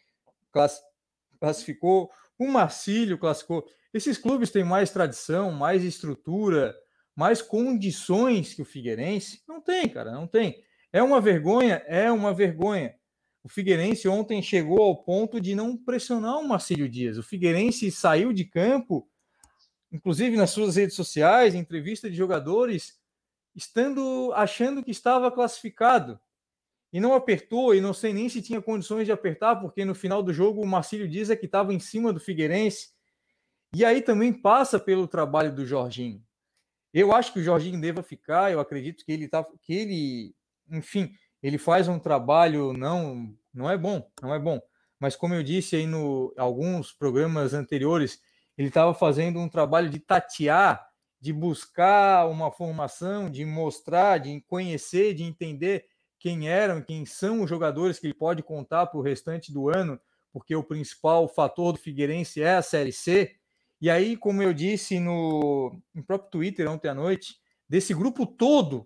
classificou, o Marcílio classificou. Esses clubes têm mais tradição, mais estrutura, mais condições que o Figueirense. Não tem, cara, não tem. É uma vergonha, é uma vergonha. O Figueirense ontem chegou ao ponto de não pressionar o Marcílio Dias. O Figueirense saiu de campo, inclusive nas suas redes sociais, em entrevista de jogadores, achando que estava classificado. E não apertou, e não sei nem se tinha condições de apertar, porque no final do jogo o Marcílio Dias é que estava em cima do Figueirense. E aí também passa pelo trabalho do Jorginho. Eu acho que o Jorginho deva ficar, eu acredito que enfim, ele faz um trabalho não é bom, não é bom. Mas como eu disse aí no alguns programas anteriores, ele estava fazendo um trabalho de tatear, de buscar uma formação, de mostrar, de conhecer, de entender quem são os jogadores que ele pode contar para o restante do ano, porque o principal fator do Figueirense é a Série C. E aí, como eu disse no próprio Twitter ontem à noite, desse grupo todo,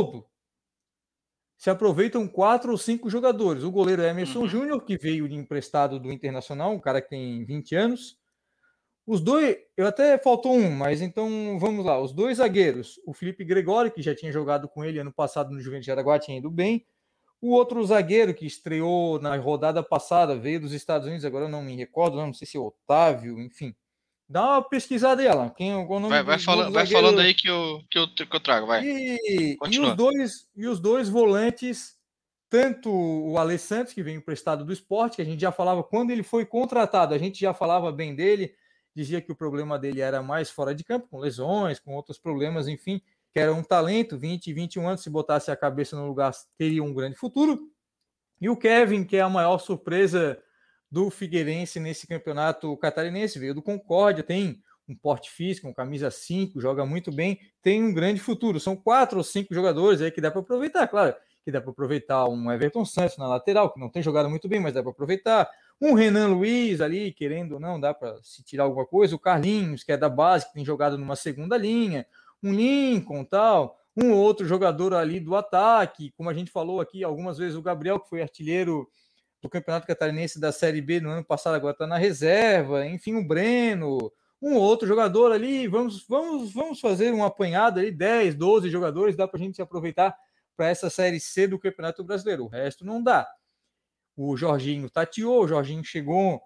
se aproveitam 4 ou 5 jogadores. O goleiro Emerson Júnior, que veio de emprestado do Internacional, um cara que tem 20 anos. Os dois, eu até faltou um, mas então vamos lá. Os dois zagueiros, o Felipe Gregório, que já tinha jogado com ele ano passado no Juventude de Araguá, tinha ido bem. O outro zagueiro que estreou na rodada passada, veio dos Estados Unidos, agora eu não me recordo, não sei se é Otávio, enfim. Dá uma pesquisada aí, Alan. Quem é o nome Vai, do novo vai zagueiro? falando aí que eu trago, vai. Continua. E os dois volantes, tanto o Alê Santos, que vem emprestado do Sport, que a gente já falava quando ele foi contratado, a gente já falava bem dele, dizia que o problema dele era mais fora de campo, com lesões, com outros problemas, enfim, que era um talento, 20, 21 anos, se botasse a cabeça no lugar, teria um grande futuro. E o Kevin, que é a maior surpresa do Figueirense nesse campeonato catarinense, veio do Concórdia, tem um porte físico, um camisa 5, joga muito bem, tem um grande futuro. São 4 ou 5 jogadores aí que dá para aproveitar, claro, que dá para aproveitar um Everton Santos na lateral, que não tem jogado muito bem, mas dá para aproveitar. Um Renan Luiz ali, querendo ou não, dá para se tirar alguma coisa. O Carlinhos, que é da base, que tem jogado numa segunda linha. Um Lincoln, tal. Um outro jogador ali do ataque, como a gente falou aqui algumas vezes, o Gabriel, que foi artilheiro do Campeonato Catarinense da Série B no ano passado, agora está na reserva, enfim, o Breno, um outro jogador ali, vamos fazer um apanhado ali, 10, 12 jogadores, dá para a gente aproveitar para essa Série C do Campeonato Brasileiro, o resto não dá. O Jorginho tateou, o Jorginho chegou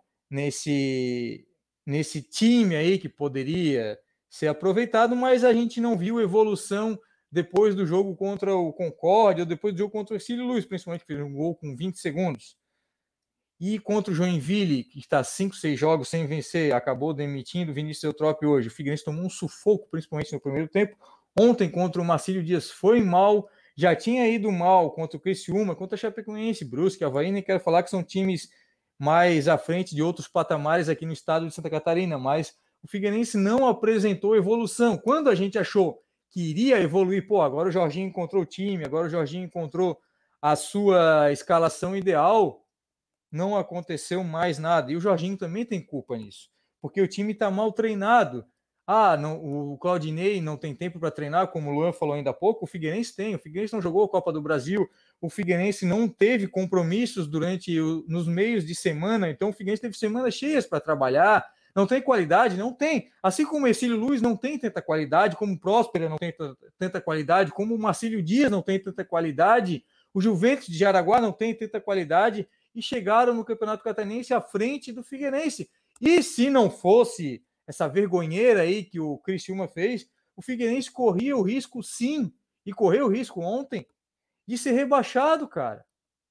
nesse time aí que poderia ser aproveitado, mas a gente não viu evolução depois do jogo contra o Concórdia, ou depois do jogo contra o Ercílio Luz, principalmente, que fez um gol com 20 segundos. E contra o Joinville, que está 5, 6 jogos sem vencer, acabou demitindo o Vinícius Eutrópio hoje. O Figueirense tomou um sufoco, principalmente no primeiro tempo. Ontem, contra o Marcílio Dias, foi mal. Já tinha ido mal contra o Criciúma, contra a Chapecoense, Brusque, Avaí. Nem quero falar que são times mais à frente de outros patamares aqui no estado de Santa Catarina, mas o Figueirense não apresentou evolução. Quando a gente achou que iria evoluir, agora o Jorginho encontrou o time, agora o Jorginho encontrou a sua escalação ideal, não aconteceu mais nada. E o Jorginho também tem culpa nisso, porque o time está mal treinado. O Claudinei não tem tempo para treinar, como o Luan falou ainda há pouco. O Figueirense tem. O Figueirense não jogou a Copa do Brasil. O Figueirense não teve compromissos nos meios de semana. Então, o Figueirense teve semanas cheias para trabalhar. Não tem qualidade? Não tem. Assim como o Ercílio Luz não tem tanta qualidade, como o Próspera não tem tanta qualidade, como o Marcílio Dias não tem tanta qualidade, o Juventus de Jaraguá não tem tanta qualidade, e chegaram no Campeonato Catarinense à frente do Figueirense. E se não fosse essa vergonheira aí que o Criciúma fez, o Figueirense corria o risco, sim, e correu o risco ontem, de ser rebaixado, cara.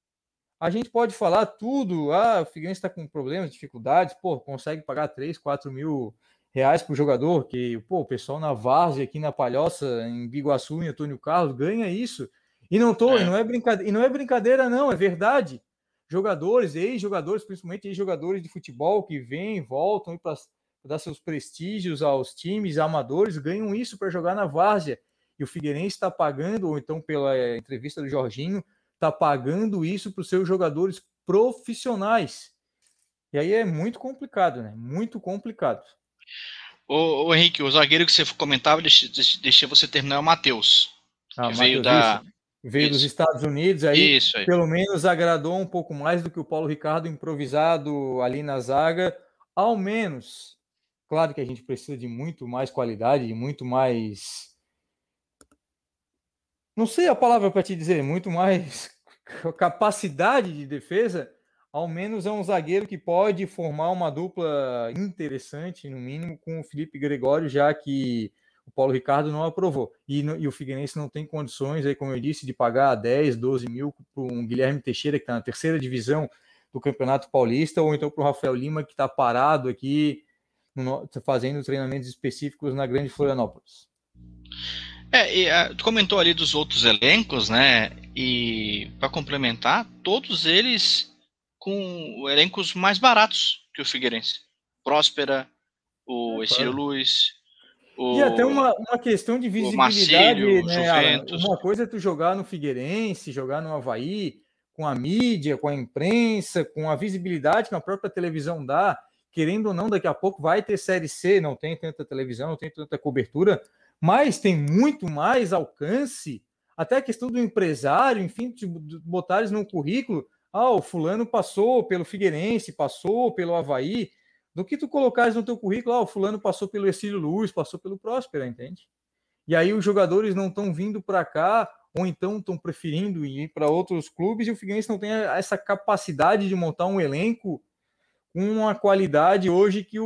A gente pode falar tudo, o Figueirense está com problemas, dificuldades, consegue pagar 3, 4 mil reais para o jogador, que o pessoal na Várzea, aqui na Palhoça, em Biguaçu, em Antônio Carlos, ganha isso. E não é brincadeira, não, é verdade. Jogadores, ex-jogadores, principalmente ex-jogadores de futebol que vêm, voltam para dar seus prestígios aos times amadores, ganham isso para jogar na Várzea. E o Figueirense está pagando, ou então pela entrevista do Jorginho, está pagando isso para os seus jogadores profissionais. E aí é muito complicado, né? Muito complicado. Ô Henrique, o zagueiro que você comentava, deixa você terminar, é o Matheus. Que veio dos Estados Unidos, aí pelo menos agradou um pouco mais do que o Paulo Ricardo improvisado ali na zaga. Ao menos, claro que a gente precisa de muito mais qualidade, de muito mais não sei a palavra para te dizer, muito mais capacidade de defesa, ao menos é um zagueiro que pode formar uma dupla interessante, no mínimo, com o Felipe Gregório, já que o Paulo Ricardo não aprovou. E o Figueirense não tem condições, aí, como eu disse, de pagar 10, 12 mil para um Guilherme Teixeira, que está na terceira divisão do Campeonato Paulista, ou então para o Rafael Lima, que está parado aqui, fazendo treinamentos específicos na Grande Florianópolis. Tu comentou ali dos outros elencos, né? E para complementar, todos eles com elencos mais baratos que o Figueirense. Próspera, o Exílio Luiz, e até uma questão de visibilidade, Marcílio, né, Alan? Juventus. Uma coisa é tu jogar no Figueirense, jogar no Avaí, com a mídia, com a imprensa, com a visibilidade que a própria televisão dá. Querendo ou não, daqui a pouco vai ter Série C, não tem tanta televisão, não tem tanta cobertura, mas tem muito mais alcance. Até a questão do empresário, enfim, de botar eles no currículo. O fulano passou pelo Figueirense, passou pelo Avaí, do que tu colocares no teu currículo, o fulano passou pelo Exílio Luz, passou pelo Próspera, entende? E aí os jogadores não estão vindo para cá, ou então estão preferindo ir para outros clubes, e o Figueirense não tem essa capacidade de montar um elenco com uma qualidade hoje que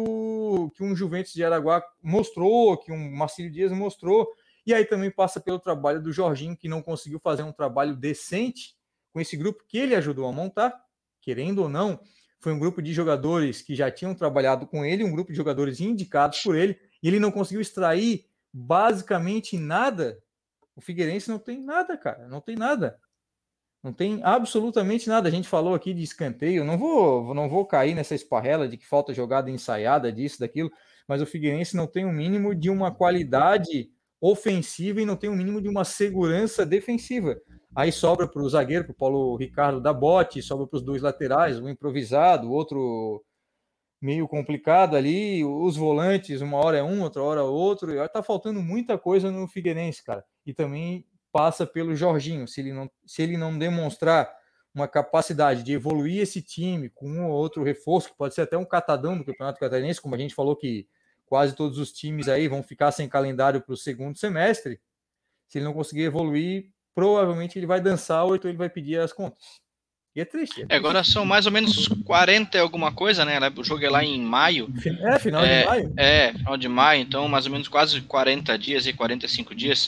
um Juventus de Araguá mostrou, que um Marcílio Dias mostrou, e aí também passa pelo trabalho do Jorginho, que não conseguiu fazer um trabalho decente com esse grupo que ele ajudou a montar, querendo ou não, foi um grupo de jogadores que já tinham trabalhado com ele, um grupo de jogadores indicados por ele, e ele não conseguiu extrair basicamente nada. O Figueirense não tem nada, cara, não tem nada. Não tem absolutamente nada. A gente falou aqui de escanteio, não vou cair nessa esparrela de que falta jogada ensaiada, disso, daquilo, mas o Figueirense não tem o mínimo de uma qualidade ofensiva e não tem o mínimo de uma segurança defensiva. Aí sobra para o zagueiro, para o Paulo Ricardo dar bote, sobra para os dois laterais, um improvisado, o outro meio complicado ali, os volantes, uma hora é um, outra hora é outro. Tá faltando muita coisa no Figueirense, cara. E também passa pelo Jorginho. Se ele não demonstrar uma capacidade de evoluir esse time com um ou outro reforço, que pode ser até um catadão do Campeonato Catarinense, como a gente falou que quase todos os times aí vão ficar sem calendário para o segundo semestre. Se ele não conseguir evoluir, provavelmente ele vai dançar ou então ele vai pedir as contas. E é triste. Agora são mais ou menos 40 e alguma coisa, né? O jogo é lá em maio. Final de maio? Final de maio, então mais ou menos quase 40 dias e 45 dias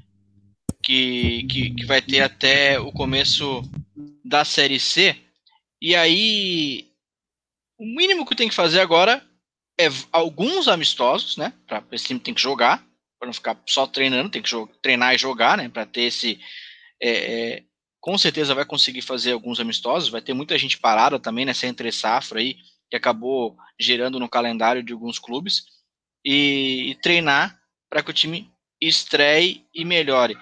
que vai ter até o começo da Série C. E aí, o mínimo que tem que fazer agora é alguns amistosos, né? Esse time tem que jogar, para não ficar só treinando, tem que treinar e jogar, né? Para ter esse... com certeza vai conseguir fazer alguns amistosos, vai ter muita gente parada também nessa entre-safra aí, que acabou gerando no calendário de alguns clubes, e treinar para que o time estreie e melhore.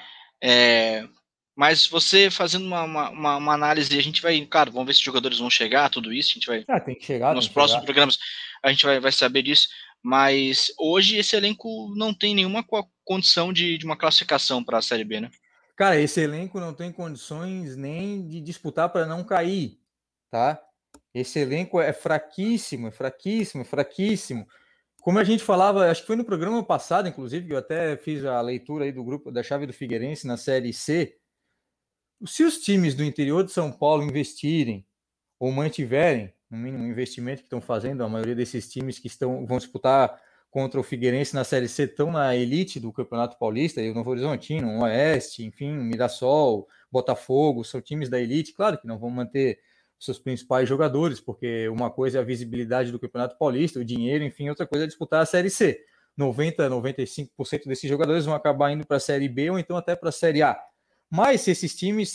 Mas você fazendo uma análise, a gente vai, claro, vamos ver se os jogadores vão chegar, tudo isso, a gente vai... tem que chegar. Nos próximos programas a gente vai saber disso, mas hoje esse elenco não tem nenhuma condição de uma classificação para a Série B, né? Cara, esse elenco não tem condições nem de disputar para não cair, tá? Esse elenco é fraquíssimo, fraquíssimo, fraquíssimo. Como a gente falava, acho que foi no programa passado, inclusive, que eu até fiz a leitura aí do grupo da chave do Figueirense na Série C. Se os times do interior de São Paulo investirem ou mantiverem, no mínimo, o investimento que estão fazendo, a maioria desses times que vão disputar contra o Figueirense na Série C estão na elite do Campeonato Paulista, o Novo Horizontino, o Oeste, enfim, o Mirassol, Botafogo, são times da elite, claro que não vão manter seus principais jogadores, porque uma coisa é a visibilidade do Campeonato Paulista, o dinheiro, enfim, outra coisa é disputar a Série C. 95% desses jogadores vão acabar indo para a Série B ou então até para a Série A. Mas se esses times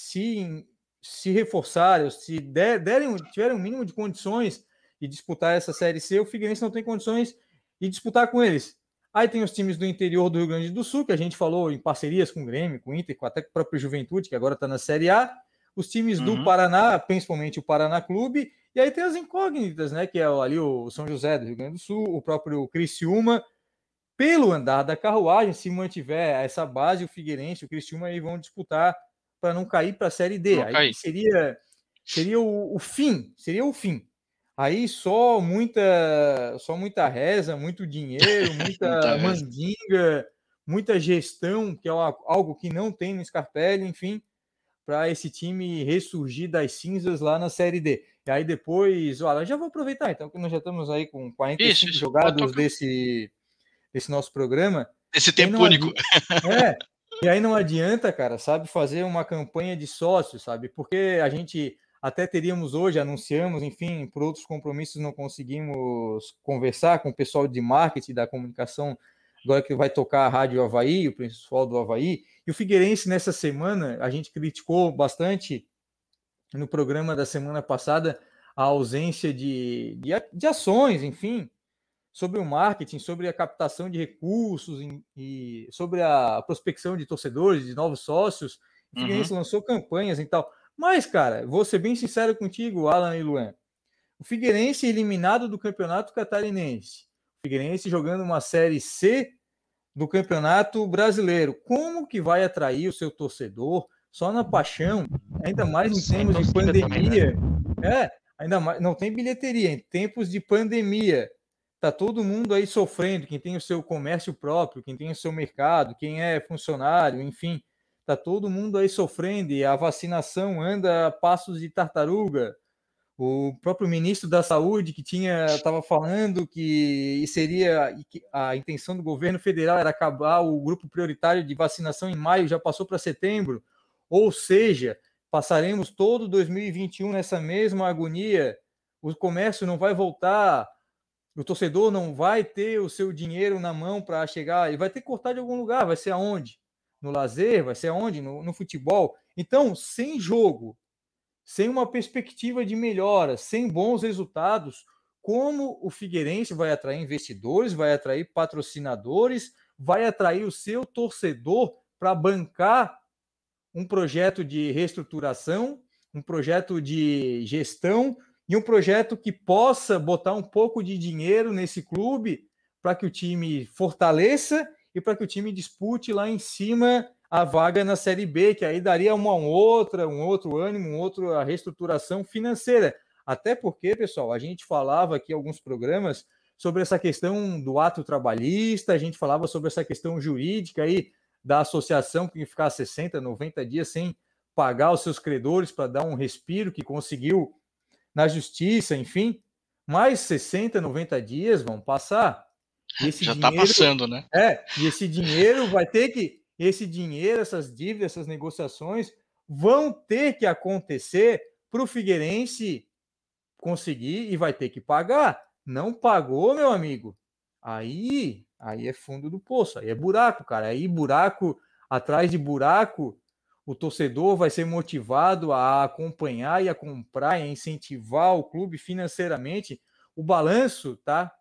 se reforçarem, se tiverem um mínimo de condições de disputar essa Série C, o Figueirense não tem condições de disputar com eles. Aí tem os times do interior do Rio Grande do Sul, que a gente falou em parcerias com o Grêmio, com o Inter, até com a própria Juventude, que agora está na Série A. Os times do Paraná, principalmente o Paraná Clube. E aí tem as incógnitas, né? Que é ali o São José do Rio Grande do Sul, o próprio Criciúma. Pelo andar da carruagem, se mantiver essa base, o Figueirense, o Criciúma aí vão disputar para não cair para a Série D. Aí seria o fim, seria o fim. Aí só muita reza, muito dinheiro, muita mandinga, muita gestão, que é algo que não tem no Scarpelli, enfim, para esse time ressurgir das cinzas lá na Série D. E aí depois, olha, já vou aproveitar, então, que nós já estamos aí com 45 jogados desse nosso programa. Esse tempo único. E aí não adianta, cara, sabe, fazer uma campanha de sócios, sabe? Porque a gente até teríamos hoje, anunciamos, enfim, por outros compromissos não conseguimos conversar com o pessoal de marketing da comunicação, agora que vai tocar a Rádio Avaí, o pessoal do Avaí. E o Figueirense, nessa semana, a gente criticou bastante no programa da semana passada a ausência de ações, enfim, sobre o marketing, sobre a captação de recursos e sobre a prospecção de torcedores, de novos sócios. O Figueirense lançou campanhas e tal. Mas, cara, vou ser bem sincero contigo, Alan e Luan. O Figueirense eliminado do Campeonato Catarinense. O Figueirense jogando uma Série C do Campeonato Brasileiro. Como que vai atrair o seu torcedor só na paixão? Ainda mais em tempos de pandemia. Também, né? Ainda mais, não tem bilheteria. Em tempos de pandemia, tá todo mundo aí sofrendo. Quem tem o seu comércio próprio, quem tem o seu mercado, quem é funcionário, enfim, tá todo mundo aí sofrendo. E a vacinação anda a passos de tartaruga. O próprio ministro da Saúde que estava falando que a intenção do governo federal era acabar o grupo prioritário de vacinação em maio, já passou para setembro. Ou seja, passaremos todo 2021 nessa mesma agonia. O comércio não vai voltar, o torcedor não vai ter o seu dinheiro na mão para chegar, ele vai ter que cortar de algum lugar. Vai ser aonde? No lazer? Vai ser aonde? No futebol? Então, sem jogo, sem uma perspectiva de melhora, sem bons resultados, como o Figueirense vai atrair investidores, vai atrair patrocinadores, vai atrair o seu torcedor para bancar um projeto de reestruturação, um projeto de gestão e um projeto que possa botar um pouco de dinheiro nesse clube para que o time fortaleça e para que o time dispute lá em cima a vaga na Série B, que aí daria um outro ânimo, a reestruturação financeira. Até porque, pessoal, a gente falava aqui em alguns programas sobre essa questão do ato trabalhista, a gente falava sobre essa questão jurídica aí da associação que ficar 60, 90 dias sem pagar os seus credores para dar um respiro, que conseguiu na justiça, enfim. Mais 60, 90 dias vão passar. Já está passando, né? E esse dinheiro vai ter que... Esse dinheiro, essas dívidas, essas negociações vão ter que acontecer para o Figueirense conseguir e vai ter que pagar. Não pagou, meu amigo? Aí é fundo do poço, aí é buraco, cara. Aí buraco atrás de buraco, o torcedor vai ser motivado a acompanhar e a comprar e a incentivar o clube financeiramente. O balanço, tá?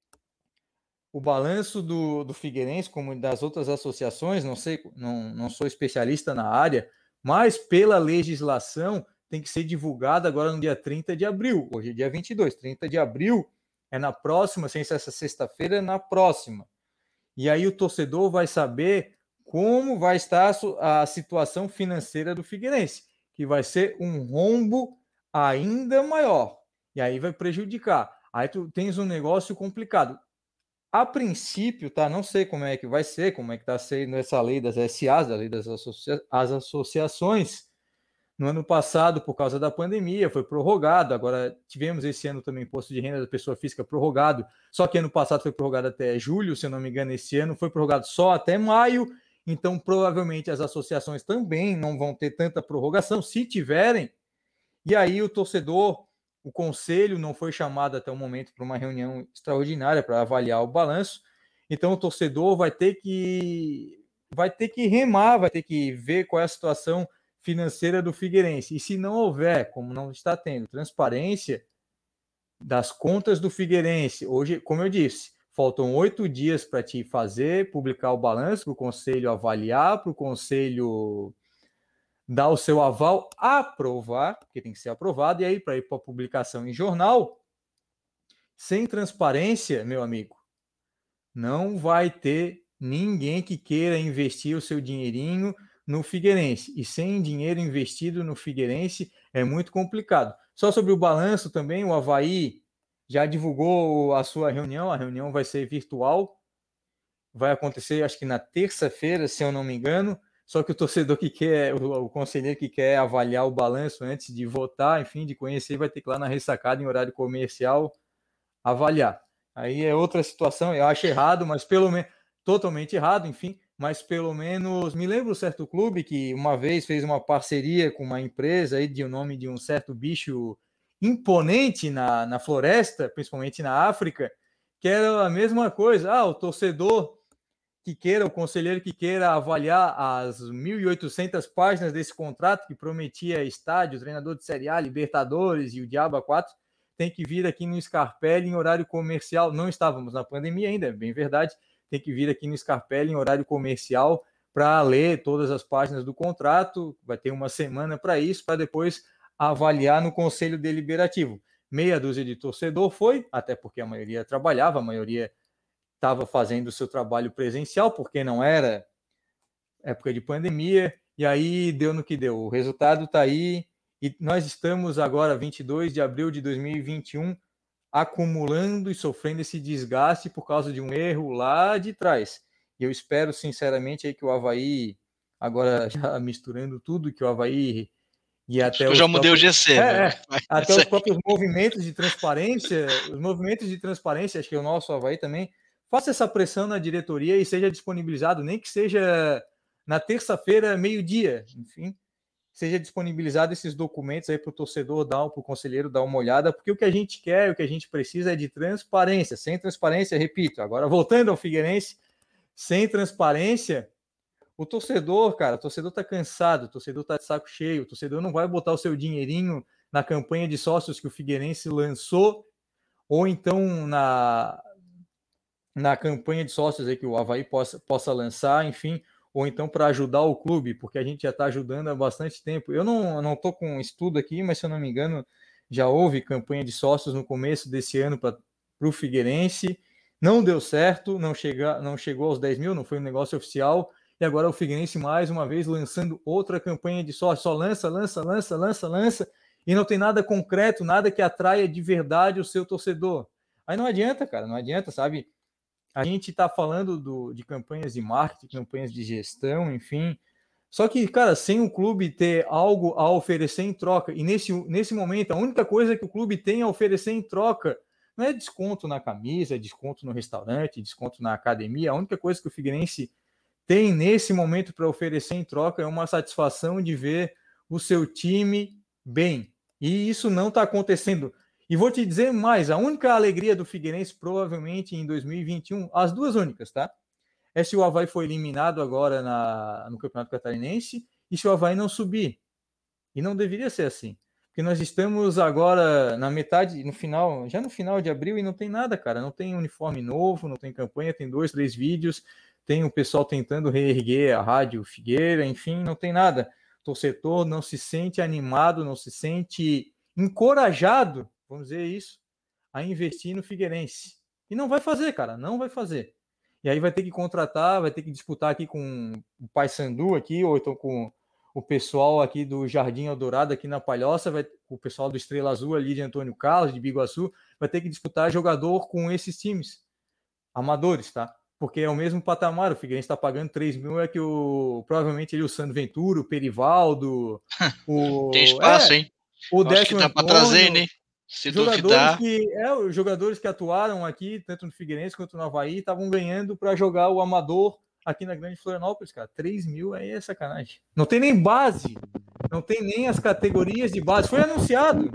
O balanço do Figueirense, como das outras associações, não sei, não sou especialista na área, mas pela legislação tem que ser divulgado agora no dia 30 de abril. Hoje é dia 22, 30 de abril é na próxima, sem ser essa sexta-feira, é na próxima. E aí o torcedor vai saber como vai estar a situação financeira do Figueirense, que vai ser um rombo ainda maior. E aí vai prejudicar. Aí tu tens um negócio complicado. A princípio, tá? Não sei como é que vai ser, como é que está sendo essa lei das SAs, da lei das associações. No ano passado, por causa da pandemia, foi prorrogado. Agora tivemos esse ano também imposto de renda da pessoa física prorrogado. Só que ano passado foi prorrogado até julho, se eu não me engano, esse ano foi prorrogado só até maio. Então, provavelmente as associações também não vão ter tanta prorrogação, se tiverem. E aí o torcedor, o conselho não foi chamado até o momento para uma reunião extraordinária para avaliar o balanço. Então o torcedor vai ter que remar, vai ter que ver qual é a situação financeira do Figueirense. E se não houver, como não está tendo, transparência das contas do Figueirense, hoje, como eu disse, faltam 8 dias para te publicar o balanço, para o conselho avaliar, para o conselho dar o seu aval, aprovar, porque tem que ser aprovado, e aí para ir para publicação em jornal, sem transparência, meu amigo, não vai ter ninguém que queira investir o seu dinheirinho no Figueirense. E sem dinheiro investido no Figueirense é muito complicado. Só sobre o balanço também, o Avaí já divulgou a sua reunião, a reunião vai ser virtual, vai acontecer, acho que na terça-feira, se eu não me engano. Só que o torcedor que quer, o conselheiro que quer avaliar o balanço antes de votar, enfim, de conhecer, vai ter que ir lá na ressacada em horário comercial avaliar. Aí é outra situação, eu acho errado, mas pelo menos totalmente errado, enfim, mas pelo menos me lembro um certo clube que uma vez fez uma parceria com uma empresa aí de o nome de um certo bicho imponente na floresta, principalmente na África, que era a mesma coisa. O torcedor que queira, o conselheiro que queira avaliar as 1.800 páginas desse contrato que prometia estádio, treinador de Série A, Libertadores e o Diabo 4, tem que vir aqui no Scarpelli em horário comercial. Não estávamos na pandemia ainda, é bem verdade. Tem que vir aqui no Scarpelli em horário comercial para ler todas as páginas do contrato. Vai ter uma semana para isso, para depois avaliar no Conselho Deliberativo. Meia dúzia de torcedor foi, até porque a maioria trabalhava, a maioria estava fazendo o seu trabalho presencial, porque não era época de pandemia, e aí deu no que deu. O resultado está aí, e nós estamos agora, 22 de abril de 2021, acumulando e sofrendo esse desgaste por causa de um erro lá de trás. E eu espero, sinceramente, aí que o Avaí, agora já misturando tudo, que o Avaí e até Eu os já mudei o próprios... GC, né? Até os próprios movimentos de transparência, acho que o nosso Avaí também, faça essa pressão na diretoria e seja disponibilizado, nem que seja na terça-feira, meio-dia, enfim, seja disponibilizado esses documentos aí para o torcedor dar, para o conselheiro dar uma olhada, porque o que a gente quer, o que a gente precisa é de transparência. Sem transparência, repito, agora voltando ao Figueirense, sem transparência, o torcedor, cara, o torcedor tá cansado, o torcedor tá de saco cheio, o torcedor não vai botar o seu dinheirinho na campanha de sócios que o Figueirense lançou, ou então na campanha de sócios aí que o Avaí possa lançar, enfim, ou então para ajudar o clube, porque a gente já está ajudando há bastante tempo. Eu não estou com estudo aqui, mas se eu não me engano, já houve campanha de sócios no começo desse ano para o Figueirense, não deu certo, não chegou aos 10 mil, não foi um negócio oficial, e agora o Figueirense mais uma vez lançando outra campanha de sócios, só lança, e não tem nada concreto, nada que atraia de verdade o seu torcedor. Aí não adianta, cara, não adianta, sabe? A gente está falando de campanhas de marketing, campanhas de gestão, enfim. Só que, cara, sem o clube ter algo a oferecer em troca, e nesse momento, a única coisa que o clube tem a oferecer em troca não é desconto na camisa, desconto no restaurante, desconto na academia. A única coisa que o Figueirense tem nesse momento para oferecer em troca é uma satisfação de ver o seu time bem. E isso não está acontecendo. E vou te dizer mais, a única alegria do Figueirense provavelmente em 2021, as duas únicas, tá? É se o Avaí for eliminado agora no Campeonato Catarinense e se o Avaí não subir. E não deveria ser assim. Porque nós estamos agora na metade, já no final de abril e não tem nada, cara. Não tem uniforme novo, não tem campanha, tem 2, 3 vídeos, tem o pessoal tentando reerguer a Rádio Figueira, enfim, não tem nada. O torcedor não se sente animado, não se sente encorajado, vamos dizer isso, a investir no Figueirense. E não vai fazer, cara, não vai fazer. E aí vai ter que contratar, vai ter que disputar aqui com o Paysandu aqui, ou então com o pessoal aqui do Jardim Eldorado, aqui na Palhoça, o pessoal do Estrela Azul ali de Antônio Carlos, de Biguaçu, vai ter que disputar jogador com esses times amadores, tá? Porque é o mesmo patamar, o Figueirense está pagando 3 mil, é que provavelmente ele, o Sandro Ventura, o Perivaldo, Tem espaço, hein? o Acho que Décio dá para trazer, Antônio, né? Se duvidar. os jogadores que atuaram aqui, tanto no Figueirense quanto no Avaí, estavam ganhando para jogar o amador aqui na Grande Florianópolis, cara. 3 mil aí é sacanagem. Não tem nem base, não tem nem as categorias de base. Foi anunciado.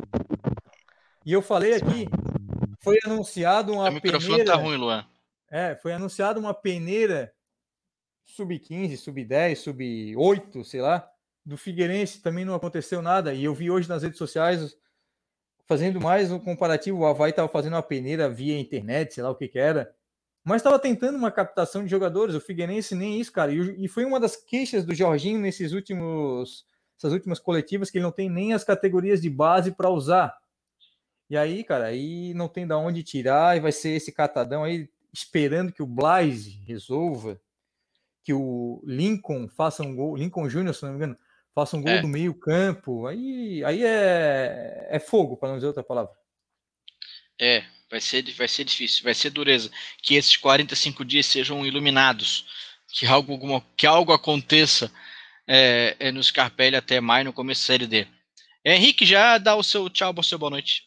E eu falei aqui, foi anunciado uma O microfone tá ruim, Luan. Foi anunciado uma peneira sub-15, sub-10, sub-8, sei lá, do Figueirense, também não aconteceu nada. E eu vi hoje nas redes sociais, fazendo mais um comparativo, o Avaí estava fazendo uma peneira via internet, sei lá o que era, mas estava tentando uma captação de jogadores, o Figueirense nem isso, cara. E foi uma das queixas do Jorginho essas últimas coletivas, que ele não tem nem as categorias de base para usar. E aí, cara, aí não tem de onde tirar, e vai ser esse catadão aí, esperando que o Blaise resolva, que o Lincoln faça um gol, Lincoln Júnior, se não me engano, faça um gol do meio campo, aí é fogo, para não dizer outra palavra. Vai ser difícil, vai ser dureza. Que esses 45 dias sejam iluminados, que algo aconteça no Scarpelli até maio, no começo da Série D. Henrique, já dá o seu tchau, o seu boa noite.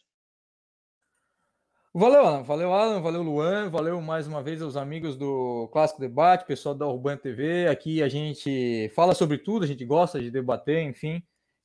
Valeu, Alan, valeu, Luan, valeu mais uma vez aos amigos do Clássico Debate, pessoal da Urban TV. Aqui a gente fala sobre tudo, a gente gosta de debater, enfim,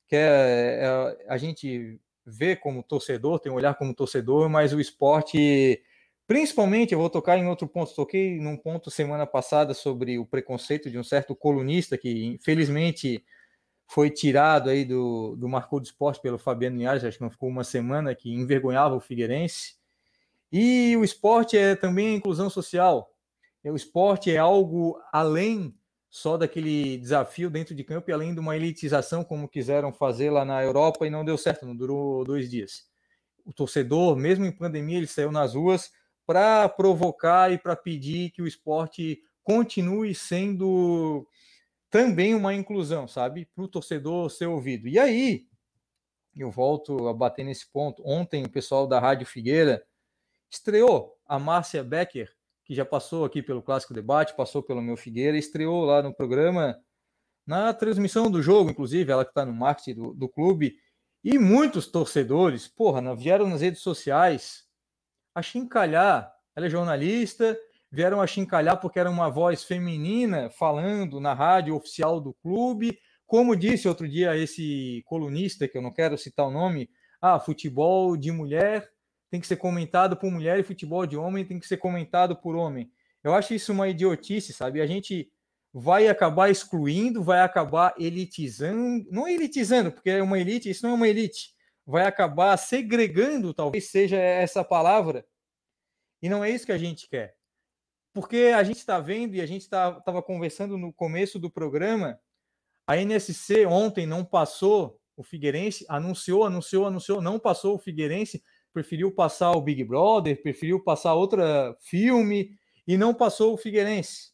a gente vê como torcedor, tem um olhar como torcedor, mas o esporte, principalmente, eu vou tocar em outro ponto, toquei num ponto semana passada sobre o preconceito de um certo colunista que, infelizmente, foi tirado aí do Marcou do Esporte pelo Fabiano Linhares, acho que não ficou uma semana, que envergonhava o Figueirense. E o esporte é também a inclusão social. O esporte é algo além só daquele desafio dentro de campo e além de uma elitização, como quiseram fazer lá na Europa e não deu certo, não durou 2 dias. O torcedor, mesmo em pandemia, ele saiu nas ruas para provocar e para pedir que o esporte continue sendo também uma inclusão, sabe? Para o torcedor ser ouvido. E aí, eu volto a bater nesse ponto. Ontem, o pessoal da Rádio Figueira estreou a Márcia Becker, que já passou aqui pelo Clássico Debate, passou pelo meu Figueira, estreou lá no programa, na transmissão do jogo, inclusive, ela que está no marketing do clube, e muitos torcedores, vieram nas redes sociais a chincalhar. Ela é jornalista, vieram a chincalhar porque era uma voz feminina falando na rádio oficial do clube. Como disse outro dia esse colunista, que eu não quero citar o nome, futebol de mulher tem que ser comentado por mulher e futebol de homem tem que ser comentado por homem. Eu acho isso uma idiotice, sabe? A gente vai acabar excluindo, vai acabar elitizando, não elitizando, porque é uma elite, isso não é uma elite, vai acabar segregando, talvez seja essa palavra, e não é isso que a gente quer. Porque a gente está vendo, e a gente estava conversando no começo do programa, a NSC ontem não passou o Figueirense, anunciou, não passou o Figueirense, preferiu passar o Big Brother, preferiu passar outro filme e não passou o Figueirense.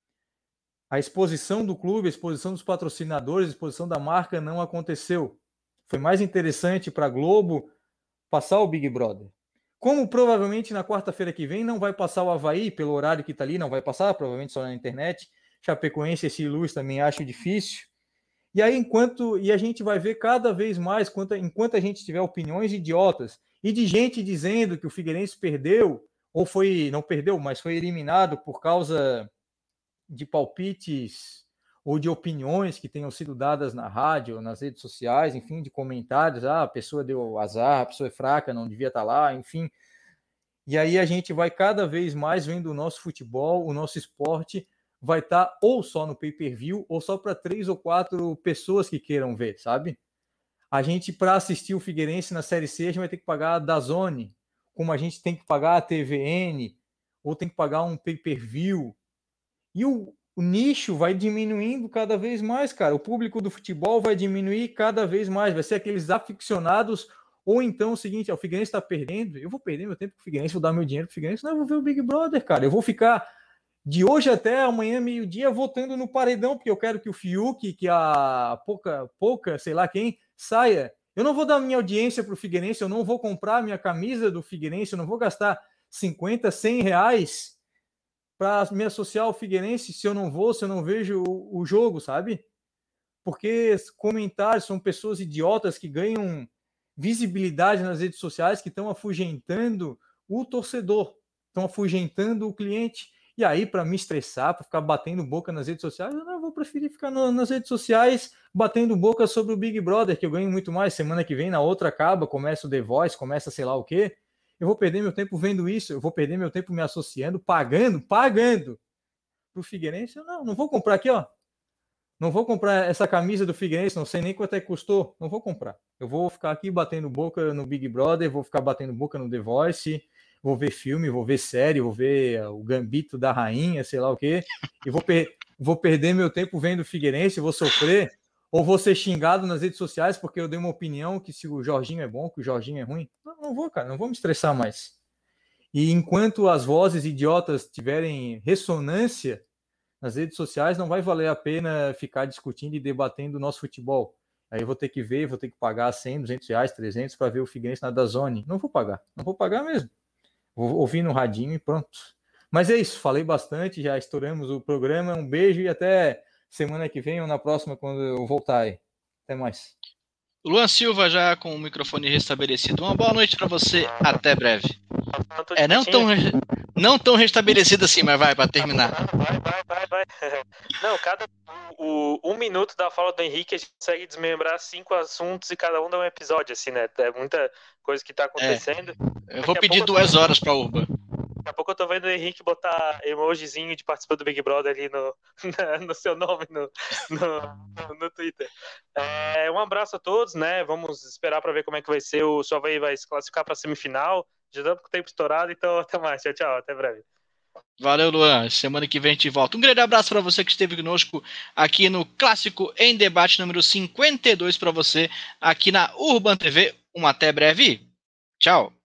A exposição do clube, a exposição dos patrocinadores, a exposição da marca não aconteceu. Foi mais interessante para a Globo passar o Big Brother. Como provavelmente na quarta-feira que vem não vai passar o Avaí, pelo horário que está ali, não vai passar, provavelmente só na internet. Chapecoense, esse Luz também acho difícil. E aí, e a gente vai ver cada vez mais, enquanto a gente tiver opiniões idiotas e de gente dizendo que o Figueirense perdeu, ou não perdeu, mas foi eliminado por causa de palpites ou de opiniões que tenham sido dadas na rádio, nas redes sociais, enfim, de comentários, a pessoa deu azar, a pessoa é fraca, não devia estar lá, enfim. E aí a gente vai cada vez mais vendo o nosso futebol, o nosso esporte, vai estar ou só no pay-per-view ou só para 3 ou 4 pessoas que queiram ver, sabe? A gente, para assistir o Figueirense na Série C, a gente vai ter que pagar a DAZN, como a gente tem que pagar a TVN, ou tem que pagar um pay-per-view. E o nicho vai diminuindo cada vez mais, cara. O público do futebol vai diminuir cada vez mais. Vai ser aqueles aficionados. Ou então o seguinte, o Figueirense está perdendo, eu vou perder meu tempo com o Figueirense, vou dar meu dinheiro pro Figueirense, não, eu vou ver o Big Brother, cara. Eu vou ficar de hoje até amanhã, meio-dia, votando no paredão, porque eu quero que o Fiuk, que a pouca, sei lá quem, saia. Eu não vou dar minha audiência pro Figueirense, eu não vou comprar minha camisa do Figueirense, eu não vou gastar 50, 100 reais para me associar ao Figueirense se eu não vejo o jogo, sabe? Porque comentários são pessoas idiotas que ganham visibilidade nas redes sociais, que estão afugentando o torcedor, estão afugentando o cliente. E aí, para me estressar, para ficar batendo boca nas redes sociais, eu não vou preferir ficar nas redes sociais batendo boca sobre o Big Brother, que eu ganho muito mais. Semana que vem, na outra acaba, começa o The Voice, começa sei lá o quê. Eu vou perder meu tempo vendo isso, eu vou perder meu tempo me associando, pagando para o Figueirense. Eu não vou comprar aqui, ó. Não vou comprar essa camisa do Figueirense, não sei nem quanto é que custou. Não vou comprar. Eu vou ficar aqui batendo boca no Big Brother, vou ficar batendo boca no The Voice, vou ver filme, vou ver série, vou ver o Gambito da Rainha, sei lá o quê. E vou perder meu tempo vendo o Figueirense, vou sofrer, ou vou ser xingado nas redes sociais porque eu dei uma opinião que se o Jorginho é bom, que o Jorginho é ruim. Não vou, cara, não vou me estressar mais. E enquanto as vozes idiotas tiverem ressonância nas redes sociais, não vai valer a pena ficar discutindo e debatendo o nosso futebol. Aí eu vou ter que ver, vou ter que pagar 100, 200 reais, 300 para ver o Figueirense na DAZN. Não vou pagar mesmo. Vou ouvir no radinho e pronto. Mas é isso, falei bastante, já estouramos o programa. Um beijo e até semana que vem ou na próxima, quando eu voltar aí. Até mais. Luan Silva já com o microfone restabelecido. Uma boa noite para você, até breve. Não tão restabelecido assim, mas vai para terminar. Vai. Não, um minuto da fala do Henrique a gente consegue desmembrar 5 assuntos e cada um dá um episódio, assim, né? É muita coisa que tá acontecendo. Eu vou pedir 2 horas para Urba. Daqui a pouco eu tô vendo o Henrique botar emojizinho de participante do Big Brother ali no seu nome no Twitter. Um abraço a todos, né? Vamos esperar para ver como é que vai ser. O Havaí vai se classificar para a semifinal. Já estamos com o tempo estourado, então até mais. Tchau, até breve. Valeu, Luan. Semana que vem a gente volta. Um grande abraço para você que esteve conosco aqui no Clássico em Debate número 52 para você aqui na Urban TV. Até breve. Tchau.